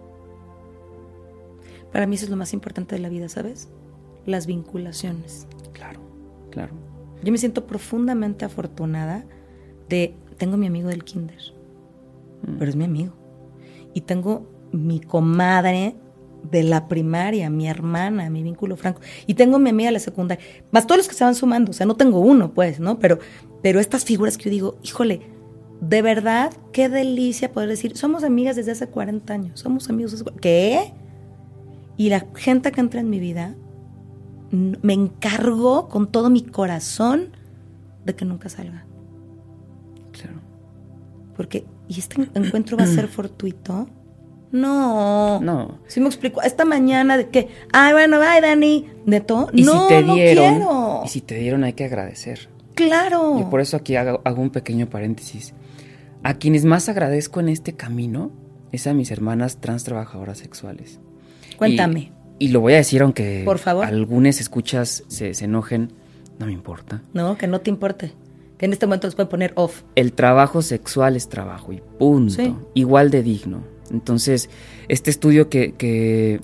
Para mí eso es lo más importante de la vida, ¿sabes? Las vinculaciones. Claro, claro. Yo me siento profundamente afortunada de, tengo mi amigo del kinder, mm. pero es mi amigo. Y tengo mi comadre de la primaria, mi hermana, mi vínculo franco, y tengo mi amiga de la secundaria, más todos los que se van sumando, o sea, no tengo uno, pues, ¿no? Pero, pero estas figuras que yo digo, híjole, de verdad, qué delicia poder decir, somos amigas desde hace cuarenta años, somos amigos desde... ¿Qué? Y la gente que entra en mi vida, me encargo con todo mi corazón de que nunca salga. Claro. Porque, ¿y este encuentro va a ser fortuito? No. No. ¿Sí me explico? Esta mañana de que, ay, bueno, bye, Dani. ¿Neto? Y no, si te dieron, no quiero. Y si te dieron, hay que agradecer. Claro. Y por eso aquí hago, hago un pequeño paréntesis. A quienes más agradezco en este camino es a mis hermanas trans trabajadoras sexuales. Cuéntame. Y, y lo voy a decir aunque por favor, algunos escuchas se, se enojen, no me importa. No, que no te importe. Que en este momento les pueden poner off. El trabajo sexual es trabajo y punto. Sí. Igual de digno. Entonces, este estudio que, que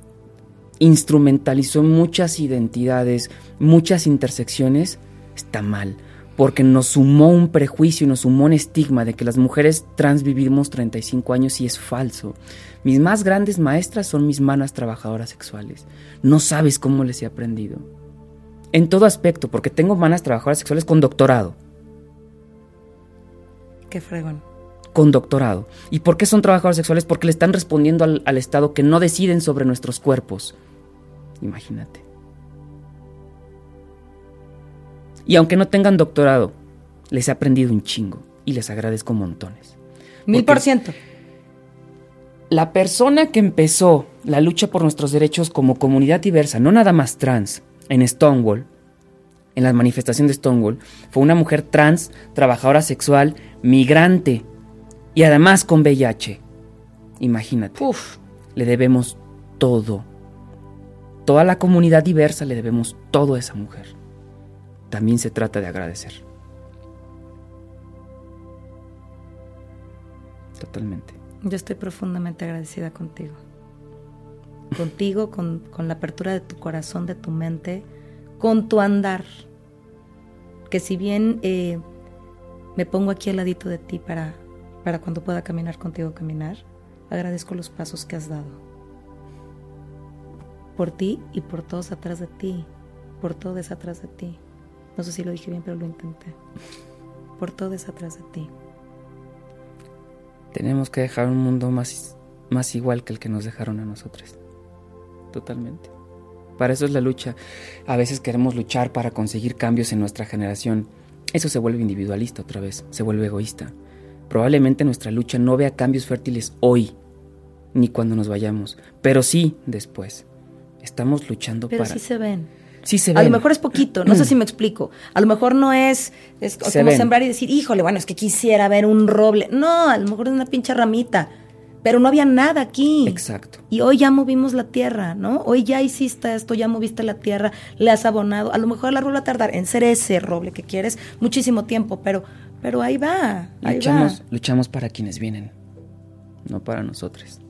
instrumentalizó muchas identidades, muchas intersecciones, está mal. porque nos sumó un prejuicio y nos sumó un estigma de que las mujeres trans vivimos treinta y cinco años y es falso. Mis más grandes maestras son mis manas trabajadoras sexuales. No sabes cómo les he aprendido. En todo aspecto, porque tengo manas trabajadoras sexuales con doctorado. Qué fregón. Con doctorado. ¿Y por qué son trabajadoras sexuales? Porque le están respondiendo al, al Estado que no deciden sobre nuestros cuerpos. Imagínate. Y aunque no tengan doctorado, les he aprendido un chingo y les agradezco montones. Mil por ciento. La persona que empezó la lucha por nuestros derechos como comunidad diversa, no nada más trans, en Stonewall, en la manifestación de Stonewall, fue una mujer trans, trabajadora sexual, migrante y además con V I H. Imagínate. Uf. Le debemos todo. Toda la comunidad diversa le debemos todo a esa mujer. También se trata de agradecer. Totalmente. Yo estoy profundamente agradecida contigo. Contigo, con, con la apertura de tu corazón, de tu mente, con tu andar. Que si bien eh, me pongo aquí al ladito de ti para, para cuando pueda caminar contigo, caminar, agradezco los pasos que has dado. Por ti y por todos atrás de ti. Por todos atrás de ti. No sé si lo dije bien, pero lo intenté. Por todos atrás de ti. Tenemos que dejar un mundo más, más igual que el que nos dejaron a nosotros. Totalmente. Para eso es la lucha. A veces queremos luchar para conseguir cambios en nuestra generación. Eso se vuelve individualista otra vez, se vuelve egoísta. Probablemente nuestra lucha no vea cambios fértiles hoy, ni cuando nos vayamos, pero sí después. Estamos luchando pero para... Pero sí se ven. Sí se ven. A lo mejor es poquito, no sé si me explico. A lo mejor no es, es como ven. Sembrar y decir, híjole, bueno, es que quisiera ver un roble. No, a lo mejor es una pinche ramita. Pero no había nada aquí. Exacto. Y hoy ya movimos la tierra, ¿no? Hoy ya hiciste esto, ya moviste la tierra, le has abonado. A lo mejor el árbol va a tardar en ser ese roble que quieres muchísimo tiempo, pero, pero ahí va, ahí luchamos, va. Luchamos para quienes vienen, no para nosotros.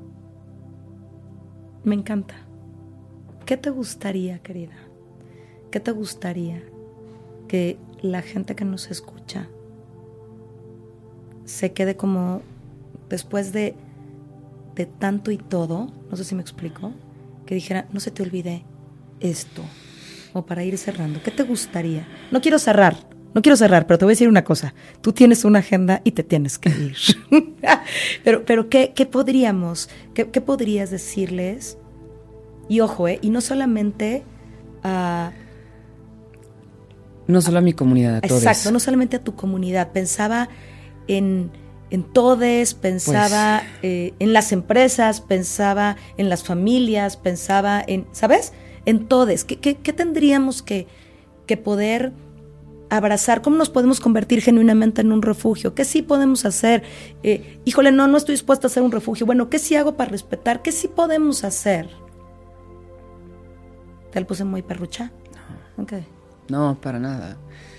Me encanta. ¿Qué te gustaría, querida? ¿Qué te gustaría que la gente que nos escucha se quede como después de, de tanto y todo, no sé si me explico, que dijera, no se te olvide esto, o para ir cerrando? ¿Qué te gustaría? No quiero cerrar, no quiero cerrar, pero te voy a decir una cosa. Tú tienes una agenda y te tienes que ir. pero pero ¿qué, qué podríamos, qué, qué podrías decirles? Y ojo, ¿eh? Y no solamente a... Uh, No solo a mi comunidad, a todos. Exacto, no solamente a tu comunidad. Pensaba en, en todes, pensaba pues, eh, en las empresas, pensaba en las familias, pensaba en, ¿sabes? En todes. ¿Qué, qué, qué tendríamos que, que poder abrazar? ¿Cómo nos podemos convertir genuinamente en un refugio? ¿Qué sí podemos hacer? Eh, híjole, no, no estoy dispuesta a ser un refugio. Bueno, ¿qué sí hago para respetar? ¿Qué sí podemos hacer? ¿Te lo puse muy perrucha? No. Ok. No, para nada.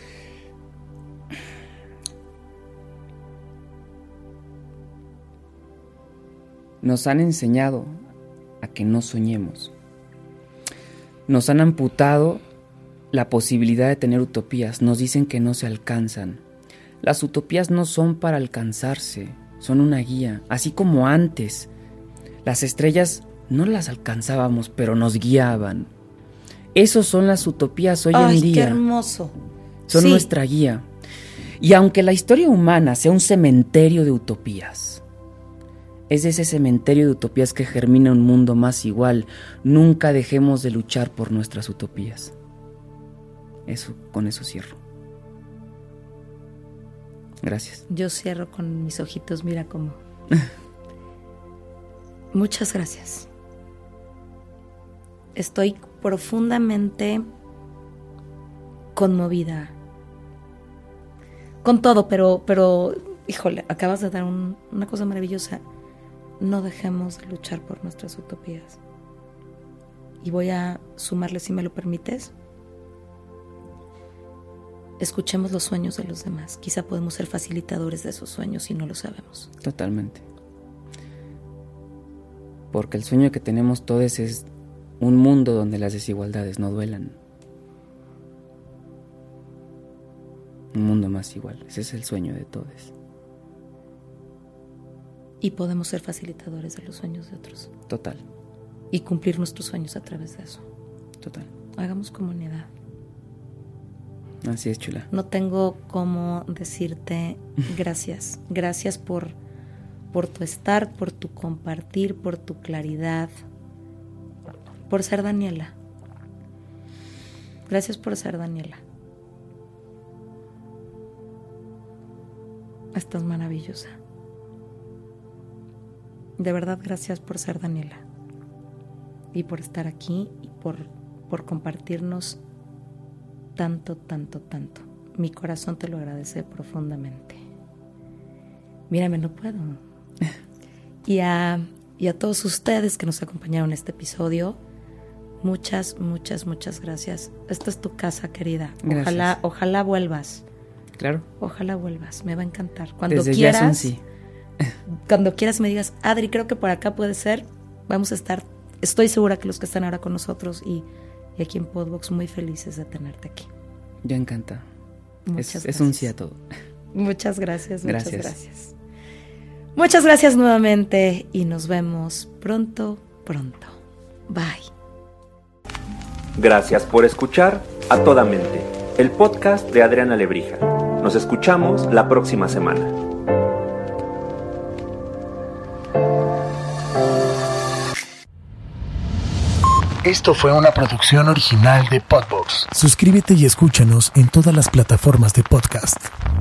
Nos han enseñado a que no soñemos. Nos han amputado la posibilidad de tener utopías. Nos dicen que no se alcanzan. Las utopías no son para alcanzarse, son una guía. Así como antes, las estrellas no las alcanzábamos, pero nos guiaban. Esas son las utopías hoy Ay, en día. ¡Qué hermoso! Son sí. nuestra guía. Y aunque la historia humana sea un cementerio de utopías, es ese cementerio de utopías que germina un mundo más igual. Nunca dejemos de luchar por nuestras utopías. Eso, con eso cierro. Gracias. Yo cierro con mis ojitos, mira cómo. Muchas gracias. Estoy profundamente conmovida con todo, pero, pero, híjole, acabas de dar un, una cosa maravillosa. No dejemos de luchar por nuestras utopías. Y voy a sumarle, si me lo permites. Escuchemos los sueños de los demás. Quizá podemos ser facilitadores de esos sueños y no lo sabemos. Totalmente. Porque el sueño que tenemos todos es un mundo donde las desigualdades no duelan. Un mundo más igual. Ese es el sueño de todos. Y podemos ser facilitadores de los sueños de otros. Total. Y cumplir nuestros sueños a través de eso. Total. Hagamos comunidad. Así es, chula. No tengo cómo decirte gracias. Gracias por, por tu estar, por tu compartir, por tu claridad, por ser Daniela. Gracias por ser Daniela. Estás maravillosa. De verdad, gracias por ser Daniela. Y por estar aquí y por, por compartirnos tanto, tanto, tanto. Mi corazón te lo agradece profundamente. Mírame, no puedo. Y a, y a todos ustedes que nos acompañaron en este episodio, muchas, muchas, muchas gracias. Esta es tu casa, querida. Ojalá, ojalá vuelvas. Claro. Ojalá vuelvas. Me va a encantar. Cuando Desde quieras, ya es un sí. Cuando quieras me digas, Adri, creo que por acá puede ser. Vamos a estar, estoy segura que los que están ahora con nosotros y, y aquí en Podbox, muy felices de tenerte aquí. Yo encanta. Muchas es, gracias. Es un sí a todo. Muchas gracias, muchas Gracias. gracias. Muchas gracias nuevamente y nos vemos pronto, pronto. Bye. Gracias por escuchar A Toda Mente, el podcast de Adriana Lebrija. Nos escuchamos la próxima semana. Esto fue una producción original de Podbox. Suscríbete y escúchanos en todas las plataformas de podcast.